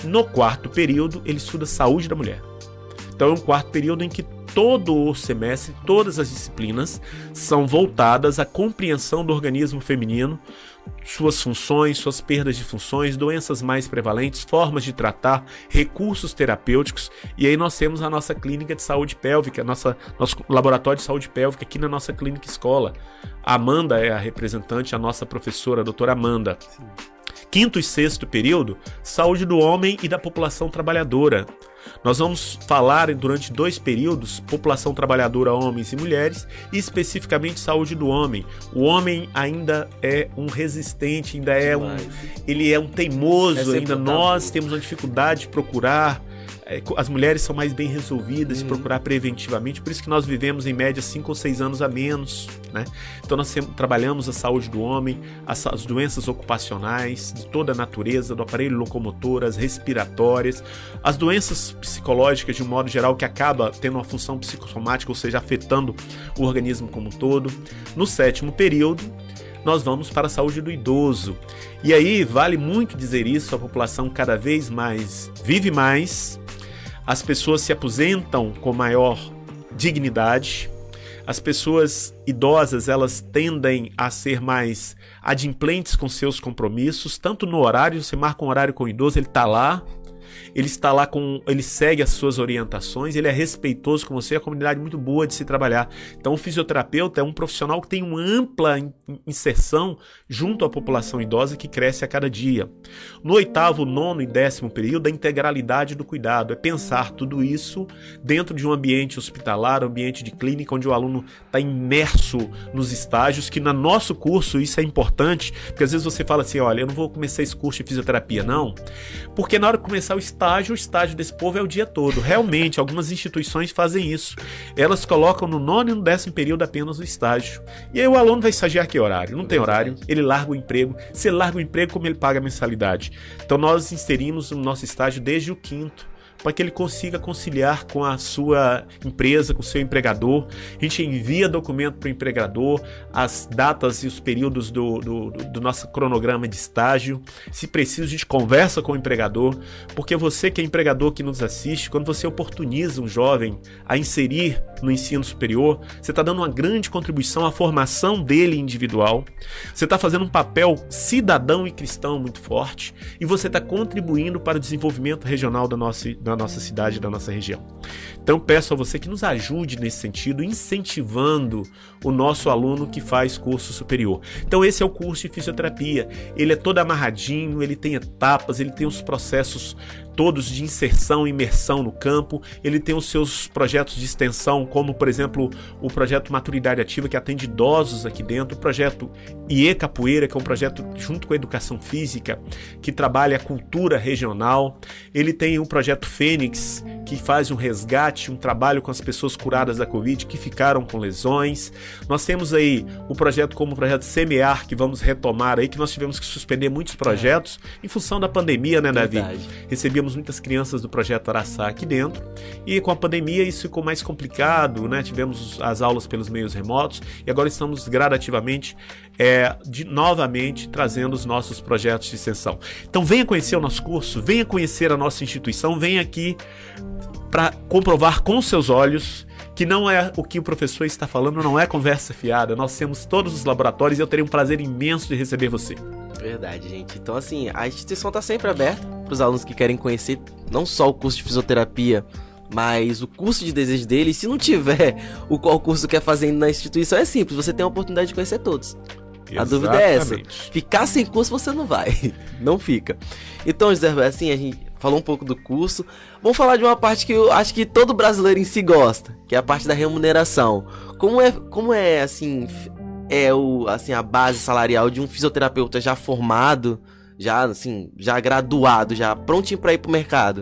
No quarto período, ele estuda saúde da mulher. Então é um quarto período em que todo o semestre, todas as disciplinas são voltadas à compreensão do organismo feminino, suas funções, suas perdas de funções, doenças mais prevalentes, formas de tratar, recursos terapêuticos. E aí nós temos a nossa clínica de saúde pélvica, nossa, nosso laboratório de saúde pélvica aqui na nossa clínica escola. A Amanda é a representante, a nossa professora, a doutora Amanda. Sim. Quinto e sexto período, saúde do homem e da população trabalhadora. Nós vamos falar durante dois períodos, população trabalhadora, homens e mulheres, e especificamente saúde do homem. O homem ainda é um resistente, ainda é um, ele é um teimoso, é ainda nós temos uma dificuldade de procurar. As mulheres são mais bem resolvidas, uhum. de procurar preventivamente, por isso que nós vivemos em média cinco ou seis anos a menos, né? Então nós sempre trabalhamos a saúde do homem, as, as doenças ocupacionais, de toda a natureza, do aparelho locomotor, as respiratórias, as doenças psicológicas de um modo geral, que acaba tendo uma função psicossomática, ou seja, afetando o organismo como um todo. No sétimo período, nós vamos para a saúde do idoso. E aí vale muito dizer isso, a população cada vez mais vive mais, as pessoas se aposentam com maior dignidade, as pessoas idosas, elas tendem a ser mais adimplentes com seus compromissos, tanto no horário, você marca um horário com o idoso, ele está lá, ele está lá com, ele segue as suas orientações, ele é respeitoso com você, é uma comunidade muito boa de se trabalhar. Então o fisioterapeuta é um profissional que tem uma ampla inserção junto à população idosa que cresce a cada dia. No oitavo, nono e décimo período, a integralidade do cuidado, é pensar tudo isso dentro de um ambiente hospitalar, um ambiente de clínica, onde o aluno está imerso nos estágios, que no nosso curso isso é importante, porque às vezes você fala assim, olha, eu não vou começar esse curso de fisioterapia, não, porque na hora de começar o estágio, o estágio desse povo é o dia todo. Realmente, algumas instituições fazem isso. Elas colocam no nono e no décimo período apenas o estágio. E aí o aluno vai estagiar que horário? Não tem horário, ele larga o emprego. Se ele larga o emprego, como ele paga a mensalidade? Então nós inserimos o nosso estágio desde o quinto, para que ele consiga conciliar com a sua empresa, com o seu empregador. A gente envia documento para o empregador, as datas e os períodos do, do, do nosso cronograma de estágio. Se preciso, a gente conversa com o empregador, porque você que é empregador que nos assiste, quando você oportuniza um jovem a inserir no ensino superior, você está dando uma grande contribuição à formação dele individual, você está fazendo um papel cidadão e cristão muito forte, e você está contribuindo para o desenvolvimento regional da nossa, da nossa cidade, da nossa região. Então peço a você que nos ajude nesse sentido, incentivando o nosso aluno que faz curso superior. Então esse é o curso de fisioterapia, ele é todo amarradinho, ele tem etapas, ele tem os processos todos de inserção e imersão no campo, ele tem os seus projetos de extensão, como por exemplo o projeto Maturidade Ativa, que atende idosos aqui dentro, o projeto I E Capoeira, que é um projeto junto com a educação física, que trabalha a cultura regional, ele tem o projeto Fênix, que faz um resgate, um trabalho com as pessoas curadas da Covid, que ficaram com lesões. Nós temos aí o projeto como o projeto Semear, que vamos retomar aí, que nós tivemos que suspender muitos projetos é. em função da pandemia, né, Davi? Verdade. Recebíamos muitas crianças do projeto Araçá aqui dentro, e com a pandemia isso ficou mais complicado, né? Tivemos as aulas pelos meios remotos, e agora estamos gradativamente É, de, novamente trazendo os nossos projetos de extensão. Então venha conhecer o nosso curso, venha conhecer a nossa instituição, venha aqui para comprovar com seus olhos que não é o que o professor está falando, não é conversa fiada. Nós temos todos os laboratórios e eu terei um prazer imenso de receber você. Verdade, gente. Então assim, a instituição está sempre aberta para os alunos que querem conhecer não só o curso de fisioterapia, mas o curso de desejo dele. Se não tiver o qual curso quer fazer na instituição, é simples, você tem a oportunidade de conhecer todos. A Exatamente. Dúvida é essa. Ficar sem curso você não vai. Não fica. Então, José, assim, a gente falou um pouco do curso. Vamos falar de uma parte que eu acho que todo brasileiro em si gosta, que é a parte da remuneração. Como é, como é assim, é o, assim, a base salarial de um fisioterapeuta já formado, já, assim, já graduado, já prontinho para ir pro mercado?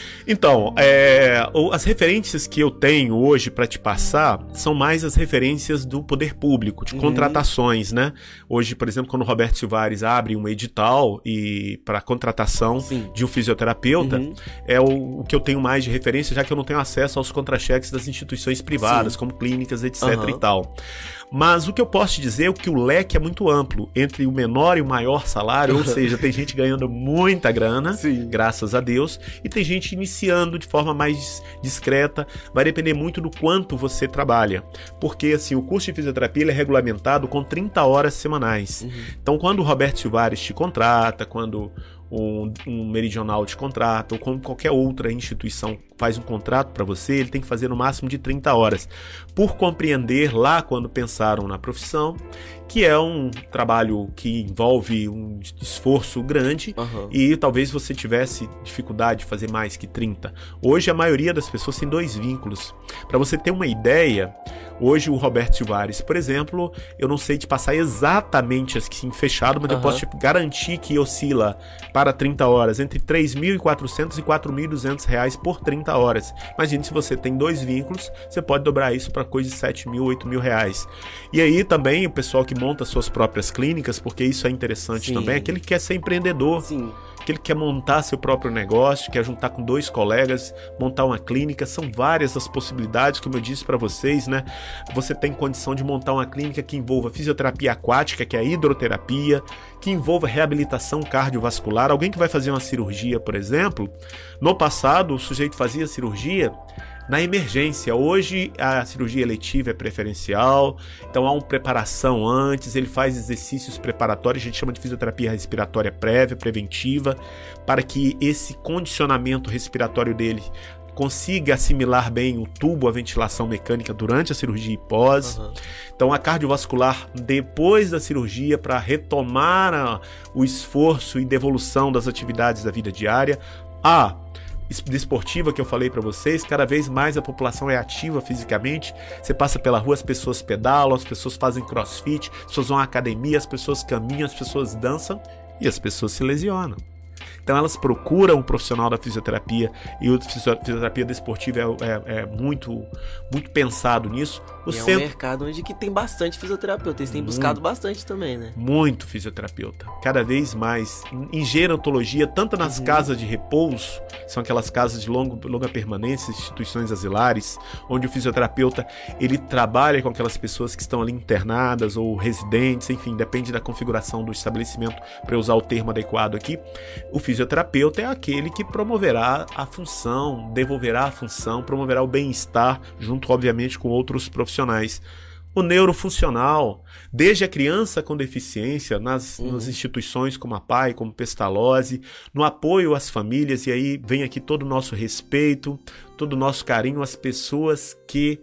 Então, é, as referências que eu tenho hoje para te passar são mais as referências do poder público, de uhum. contratações, né? Hoje, por exemplo, quando o Roberto Silvares abre um edital e para contratação Sim. de um fisioterapeuta, uhum. é o, o que eu tenho mais de referência, já que eu não tenho acesso aos contra-cheques das instituições privadas, Sim. como clínicas, etc uhum. e tal. Mas o que eu posso te dizer é que o leque é muito amplo, entre o menor e o maior salário, ou seja, tem gente ganhando muita grana, Sim. graças a Deus, e tem gente iniciando de forma mais discreta. Vai depender muito do quanto você trabalha, porque assim, o curso de fisioterapia ele é regulamentado com trinta horas semanais. Uhum. Então, quando o Roberto Silvares te contrata, quando um, um Meridional te contrata, ou como qualquer outra instituição faz um contrato para você, ele tem que fazer no máximo de trinta horas, por compreender lá quando pensaram na profissão, que é um trabalho que envolve um esforço grande uhum. e talvez você tivesse dificuldade de fazer mais que trinta. Hoje a maioria das pessoas tem dois vínculos. Para você ter uma ideia, hoje o Roberto Silvares, por exemplo, eu não sei te passar exatamente assim fechado, mas uhum. eu posso te garantir que oscila para trinta horas entre três mil e quatrocentos e quatro mil e duzentos reais por trinta horas. Imagine se você tem dois vínculos, você pode dobrar isso para coisa de sete mil, oito mil reais. E aí também o pessoal que monta suas próprias clínicas, porque isso é interessante Sim. também, aquele que quer ser empreendedor, Sim. aquele que quer montar seu próprio negócio, quer juntar com dois colegas, montar uma clínica. São várias as possibilidades, como eu disse para vocês, né? Você tem condição de montar uma clínica que envolva fisioterapia aquática, que é a hidroterapia, que envolva reabilitação cardiovascular. Alguém que vai fazer uma cirurgia, por exemplo, no passado o sujeito fazia cirurgia na emergência. Hoje a cirurgia eletiva é preferencial, então há uma preparação antes, ele faz exercícios preparatórios, a gente chama de fisioterapia respiratória prévia, preventiva, para que esse condicionamento respiratório dele consiga assimilar bem o tubo, a ventilação mecânica durante a cirurgia e pós. Uhum. Então a cardiovascular depois da cirurgia, para retomar a, o esforço e devolução das atividades da vida diária. A desportiva que eu falei para vocês, cada vez mais a população é ativa fisicamente. Você passa pela rua, as pessoas pedalam, as pessoas fazem crossfit, as pessoas vão à academia, as pessoas caminham, as pessoas dançam e as pessoas se lesionam. Então elas procuram um profissional da fisioterapia, e a fisioterapia desportiva é, é, é muito, muito pensado nisso. O e centro... é um mercado onde que tem bastante fisioterapeuta, eles têm muito, buscado bastante também, né? Muito fisioterapeuta, cada vez mais. Em gerontologia, tanto nas uhum. casas de repouso, são aquelas casas de longo, longa permanência, instituições asilares, onde o fisioterapeuta ele trabalha com aquelas pessoas que estão ali internadas ou residentes, enfim, depende da configuração do estabelecimento, para usar o termo adequado aqui. O fisioterapeuta é aquele que promoverá a função, devolverá a função, promoverá o bem-estar, junto, obviamente, com outros profissionais. O neurofuncional, desde a criança com deficiência, nas, uhum. nas instituições como a P A I, como Pestalozzi, no apoio às famílias, e aí vem aqui todo o nosso respeito, todo o nosso carinho às pessoas que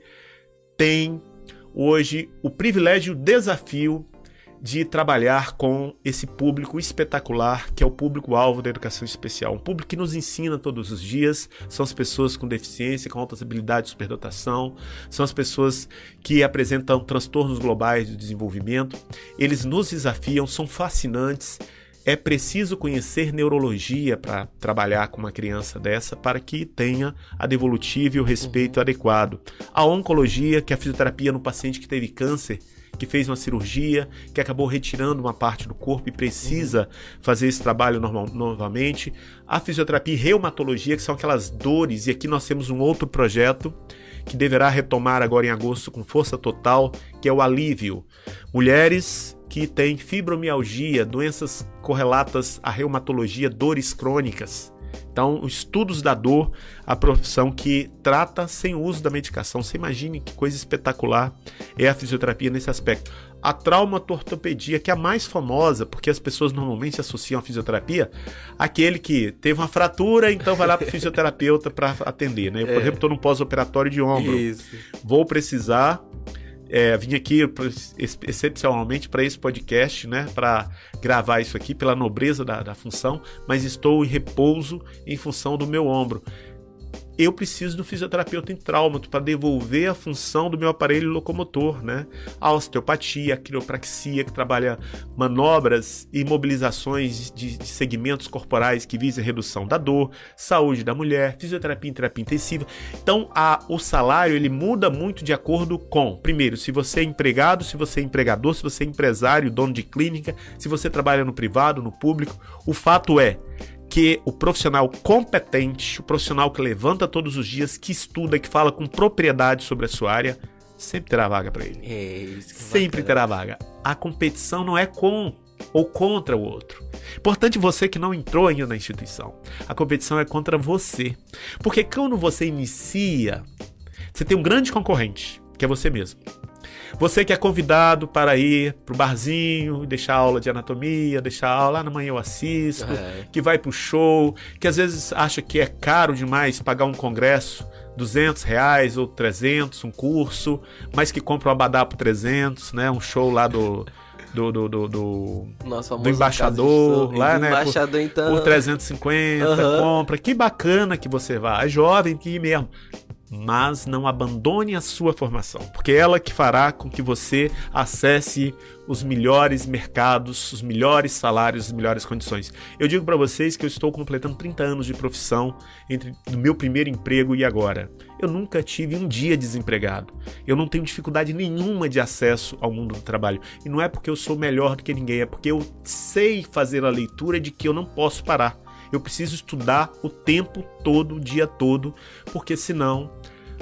têm hoje o privilégio e o desafio de trabalhar com esse público espetacular, que é o público-alvo da educação especial. Um público que nos ensina todos os dias, são as pessoas com deficiência, com altas habilidades de superdotação, são as pessoas que apresentam transtornos globais de desenvolvimento. Eles nos desafiam, são fascinantes. É preciso conhecer neurologia para trabalhar com uma criança dessa, para que tenha a devolutiva e o respeito uhum. adequado. A oncologia, que é a fisioterapia no paciente que teve câncer, que fez uma cirurgia, que acabou retirando uma parte do corpo e precisa uhum. fazer esse trabalho normal, novamente. A fisioterapia e reumatologia, que são aquelas dores, e aqui nós temos um outro projeto que deverá retomar agora em agosto com força total, que é o alívio. Mulheres que têm fibromialgia, doenças correlatas à reumatologia, dores crônicas. Então, estudos da dor, a profissão que trata sem o uso da medicação. Você imagine que coisa espetacular é a fisioterapia nesse aspecto. A traumatortopedia, que é a mais famosa, porque as pessoas normalmente associam a fisioterapia àquele que teve uma fratura, então vai lá para o fisioterapeuta para atender, né? Eu, por é. exemplo, estou no pós-operatório de ombro. Isso. Vou precisar... É, vim aqui excepcionalmente para esse podcast, né, para gravar isso aqui pela nobreza da, da função, mas estou em repouso em função do meu ombro. eu preciso do fisioterapeuta em trauma para devolver a função do meu aparelho locomotor, né? A osteopatia, a quiropraxia, que trabalha manobras e mobilizações de, de segmentos corporais que visam a redução da dor, saúde da mulher, fisioterapia em terapia intensiva. Então, a, o salário ele muda muito de acordo com, primeiro, se você é empregado, se você é empregador, se você é empresário, dono de clínica, se você trabalha no privado, no público. O fato é que o profissional competente, o profissional que levanta todos os dias, que estuda, que fala com propriedade sobre a sua área, sempre terá vaga para ele. É isso que sempre terá vaga. A competição não é com ou contra o outro. Importante você que não entrou ainda na instituição. A competição é contra você. Porque quando você inicia, você tem um grande concorrente, que é você mesmo. Você que é convidado para ir pro barzinho, deixar aula de anatomia, deixar aula, lá na manhã eu assisto, é. que vai pro show, que às vezes acha que é caro demais pagar um congresso, duzentos reais ou trezentos, um curso, mas que compra um abadá por trezentos, né? Um show lá do... Do, do, do, do, Nossa, do embaixador, lá, do né? Embaixador, por, então... por trezentos e cinquenta, uhum. compra. Que bacana que você vá. É jovem que ir mesmo. Mas não abandone a sua formação, porque é ela que fará com que você acesse os melhores mercados, os melhores salários, as melhores condições. Eu digo para vocês que eu estou completando trinta anos de profissão entre o meu primeiro emprego e agora. Eu nunca tive um dia desempregado. Eu não tenho dificuldade nenhuma de acesso ao mundo do trabalho. E não é porque eu sou melhor do que ninguém, é porque eu sei fazer a leitura de que eu não posso parar. Eu preciso estudar o tempo todo, o dia todo, porque senão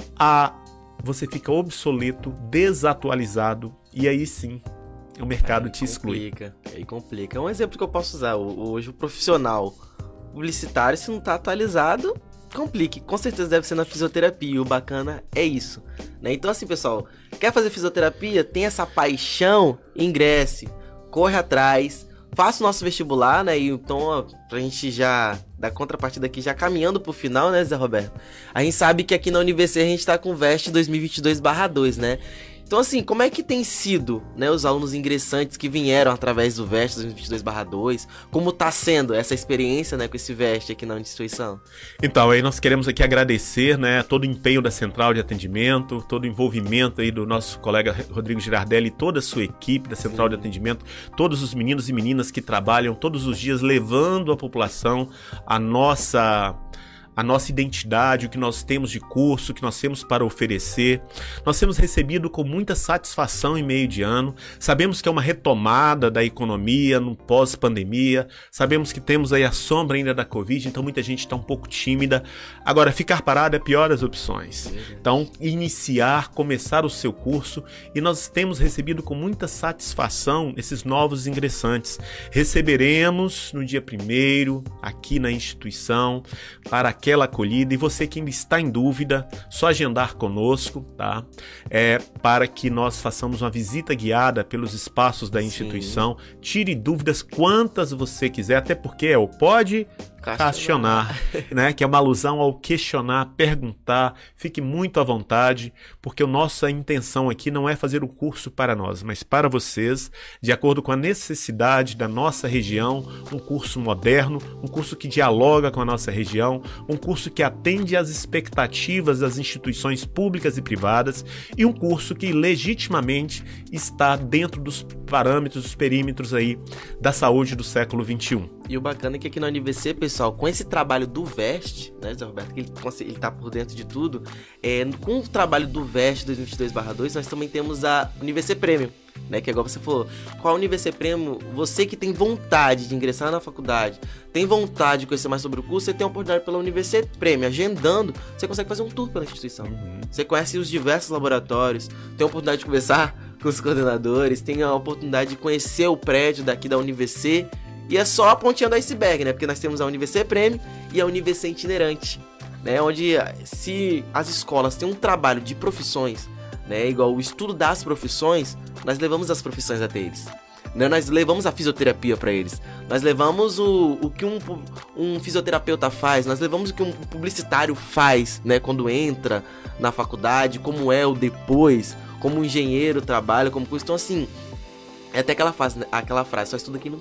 a, você fica obsoleto, desatualizado, e aí sim o mercado aí te exclui. Complica, aí complica. É um exemplo que eu posso usar. Hoje o profissional publicitário, se não está atualizado, complique. Com certeza deve ser na fisioterapia, e o bacana é isso, né? Então assim, pessoal, quer fazer fisioterapia? Tem essa paixão? Ingresse, corre atrás. Faça o nosso vestibular, né? E então, ó, pra gente já dar contrapartida aqui, já caminhando pro final, né, Zé Roberto? A gente sabe que aqui na Universe a gente tá com o Veste dois mil e vinte e dois barra dois, né? Então, assim, como é que tem sido, né, os alunos ingressantes que vieram através do Veste dois mil e vinte e dois barra dois? Como tá sendo essa experiência, né, com esse Veste aqui na instituição? Então, aí nós queremos aqui agradecer, né, todo o empenho da Central de Atendimento, todo o envolvimento aí do nosso colega Rodrigo Girardelli e toda a sua equipe da Central Sim. de Atendimento, todos os meninos e meninas que trabalham todos os dias levando à população a nossa... a nossa identidade, o que nós temos de curso, o que nós temos para oferecer. Nós temos recebido com muita satisfação em meio de ano. Sabemos que é uma retomada da economia no pós-pandemia. Sabemos que temos aí a sombra ainda da Covid, então muita gente está um pouco tímida. Agora, ficar parado é a pior das opções. Então, iniciar, começar o seu curso, e nós temos recebido com muita satisfação esses novos ingressantes. Receberemos no dia primeiro, aqui na instituição, para aquela acolhida, e você que ainda está em dúvida, só agendar conosco, tá? É, para que nós façamos uma visita guiada pelos espaços da instituição. Sim. Tire dúvidas quantas você quiser, até porque é o pode questionar, né? Que é uma alusão ao questionar, perguntar. Fique muito à vontade, porque a nossa intenção aqui não é fazer o curso para nós, mas para vocês, de acordo com a necessidade da nossa região, um curso moderno, um curso que dialoga com a nossa região, um curso que atende às expectativas das instituições públicas e privadas, e um curso que legitimamente está dentro dos parâmetros, dos perímetros aí da saúde do século vinte e um. E o bacana é que aqui na Universe, pessoal, com esse trabalho do Veste, né, Zé Roberto, que ele, ele tá por dentro de tudo, é, com o trabalho do Veste dois mil e vinte e dois barra dois, nós também temos a Universe Premium, né, que é igual você falou. Com a Universe Premium, você que tem vontade de ingressar na faculdade, tem vontade de conhecer mais sobre o curso, você tem a oportunidade pela Universe Premium. Agendando, você consegue fazer um tour pela instituição. Uhum. Você conhece os diversos laboratórios, tem a oportunidade de conversar com os coordenadores, tem a oportunidade de conhecer o prédio daqui da Universe. E é só a pontinha do iceberg, né? Porque nós temos a Universe Premium e a Universe Itinerante, né? Onde, se as escolas têm um trabalho de profissões, né? Igual o estudo das profissões, nós levamos as profissões até eles, né? Nós levamos a fisioterapia para eles. Nós levamos o, o que um, um fisioterapeuta faz. Nós levamos o que um publicitário faz, né? Quando entra na faculdade, como é o depois, como o engenheiro trabalha, como coisa. Então, assim, é até aquela frase, aquela frase, só estuda quem não quer.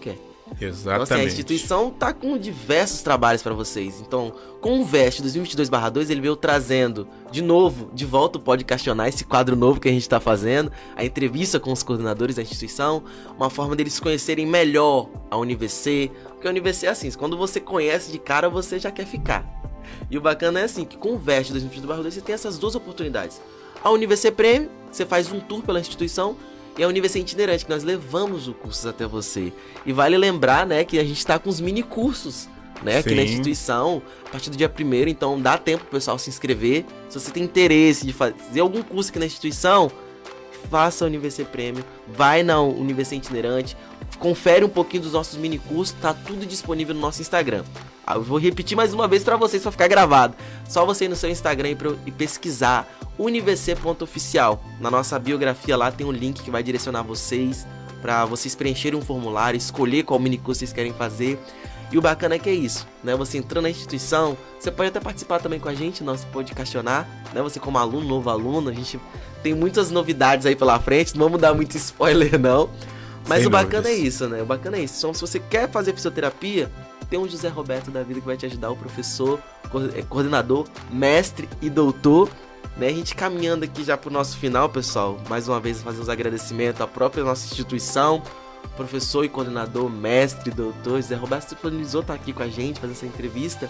Exatamente. Então, assim, a instituição tá com diversos trabalhos para vocês. Então, com o Veste dois mil e vinte e dois barra dois, ele veio trazendo de novo, de volta o Podcastionar, esse quadro novo que a gente tá fazendo, a entrevista com os coordenadores da instituição, uma forma deles conhecerem melhor a UniVC, porque a UniVC é assim, quando você conhece de cara, você já quer ficar. E o bacana é assim, que com o Veste dois mil e vinte e dois barra dois, você tem essas duas oportunidades. A UniVC Premium, você faz um tour pela instituição, e a UniVC Itinerante, que nós levamos os cursos até você. E vale lembrar, né, que a gente tá com os mini cursos, né, aqui na instituição, a partir do dia primeiro, então dá tempo pro pessoal se inscrever. Se você tem interesse de fazer algum curso aqui na instituição, faça a UniVC Premium, vai na UniVC Itinerante, confere um pouquinho dos nossos mini cursos, tá tudo disponível no nosso Instagram. Eu vou repetir mais uma vez para vocês, para ficar gravado. Só você ir no seu Instagram e, e pesquisar univc ponto oficial. Na nossa biografia lá tem um link que vai direcionar vocês para vocês preencherem um formulário, escolher qual mini curso vocês querem fazer. E o bacana é que é isso, né? Você entrando na instituição, você pode até participar também com a gente, nosso Podcastionar, né? Você como aluno, novo aluno, a gente tem muitas novidades aí pela frente, não vamos dar muito spoiler não. Mas Sem o bacana dúvidas. é isso, né? O bacana é isso. Então, se você quer fazer fisioterapia, tem um José Roberto da vida que vai te ajudar, o professor, coordenador, mestre e doutor, né? A gente caminhando aqui já pro nosso final, pessoal. Mais uma vez, fazer os agradecimentos à própria nossa instituição, professor e coordenador, mestre, doutor. José Roberto se disponibilizou estar aqui com a gente, fazer essa entrevista.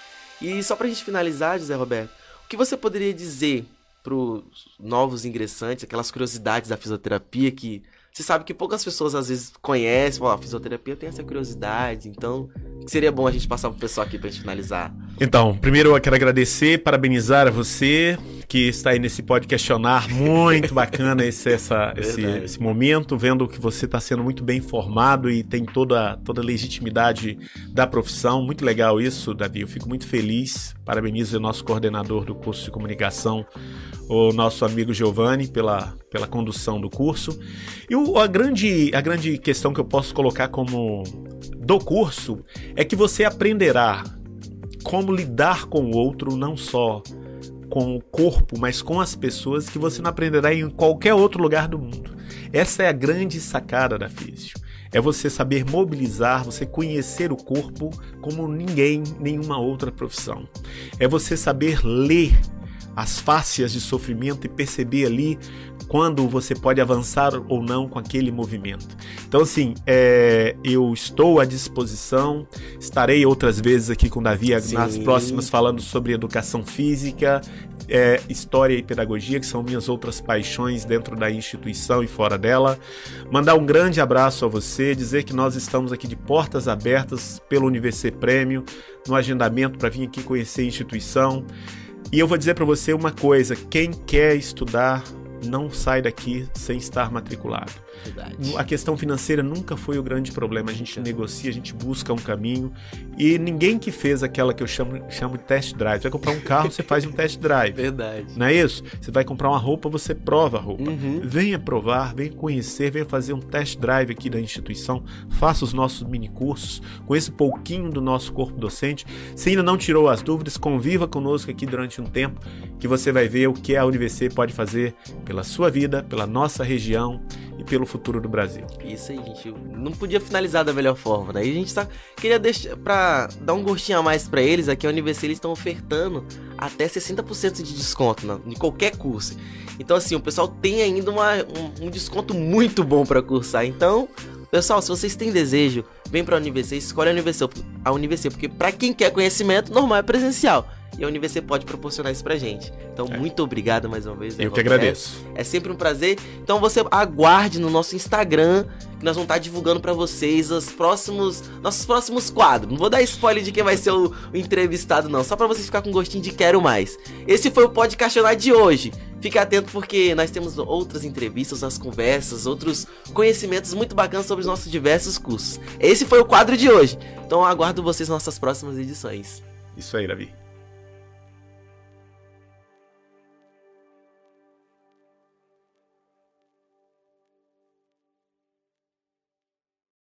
E só pra gente finalizar, José Roberto, o que você poderia dizer pros novos ingressantes, aquelas curiosidades da fisioterapia que você sabe que poucas pessoas às vezes conhecem, ó, a fisioterapia tem essa curiosidade, então seria bom a gente passar pro pessoal aqui pra gente finalizar. Então, primeiro eu quero agradecer, parabenizar a você que está aí nesse Podcastionar, muito bacana esse, essa, esse, esse momento, vendo que você está sendo muito bem informado e tem toda, toda a legitimidade da profissão, muito legal isso, Davi, eu fico muito feliz, parabenizo o nosso coordenador do curso de comunicação, o nosso amigo Giovanni, pela, pela condução do curso. E o, a, grande, a grande questão que eu posso colocar como do curso é que você aprenderá como lidar com o outro, não só com o corpo, mas com as pessoas, que você não aprenderá em qualquer outro lugar do mundo. Essa é a grande sacada da físio. É você saber mobilizar, você conhecer o corpo como ninguém, nenhuma outra profissão. É você saber ler as fáscias de sofrimento e perceber ali quando você pode avançar ou não com aquele movimento. Então, assim, é, eu estou à disposição, estarei outras vezes aqui com o Davi Sim. nas próximas falando sobre educação física, é, história e pedagogia, que são minhas outras paixões dentro da instituição e fora dela. Mandar um grande abraço a você, dizer que nós estamos aqui de portas abertas pelo UniVC Premium, no agendamento para vir aqui conhecer a instituição. E eu vou dizer para você uma coisa, quem quer estudar não sai daqui sem estar matriculado. Verdade. A questão financeira nunca foi o grande problema, a gente negocia, a gente busca um caminho, e ninguém que fez aquela que eu chamo, chamo de test drive, você vai comprar um carro, você faz um test drive. Verdade. Não é isso? Você vai comprar uma roupa, você prova a roupa. Uhum. Venha provar, venha conhecer, venha fazer um test drive aqui da instituição, faça os nossos mini cursos, conheça um pouquinho do nosso corpo docente. Se ainda não tirou as dúvidas, conviva conosco aqui durante um tempo, que você vai ver o que a UniVC pode fazer pela sua vida, pela nossa região e pelo futuro do Brasil. Isso aí, gente. Não podia finalizar da melhor forma, né? E a gente tá... queria deixar pra dar um gostinho a mais pra eles, aqui a UniVC eles estão ofertando até sessenta por cento de desconto na, em qualquer curso. Então, assim, o pessoal tem ainda uma, um, um desconto muito bom pra cursar. Então, pessoal, se vocês têm desejo, vem pra UniVC, escolhe a UniVC, a UniVC, porque pra quem quer conhecimento, normal é presencial. E a UniVC pode proporcionar isso pra gente. Então, é. muito obrigado mais uma vez. Eu que agradeço. É sempre um prazer. Então, você aguarde no nosso Instagram, que nós vamos estar divulgando pra vocês os próximos, nossos próximos quadros. Não vou dar spoiler de quem vai ser o, o entrevistado, não. Só pra vocês ficarem com gostinho de quero mais. Esse foi o Podcastionar de hoje. Fique atento porque nós temos outras entrevistas, as conversas, outros conhecimentos muito bacanas sobre os nossos diversos cursos. Esse foi o quadro de hoje. Então, eu aguardo vocês nas nossas próximas edições. Isso aí, Davi.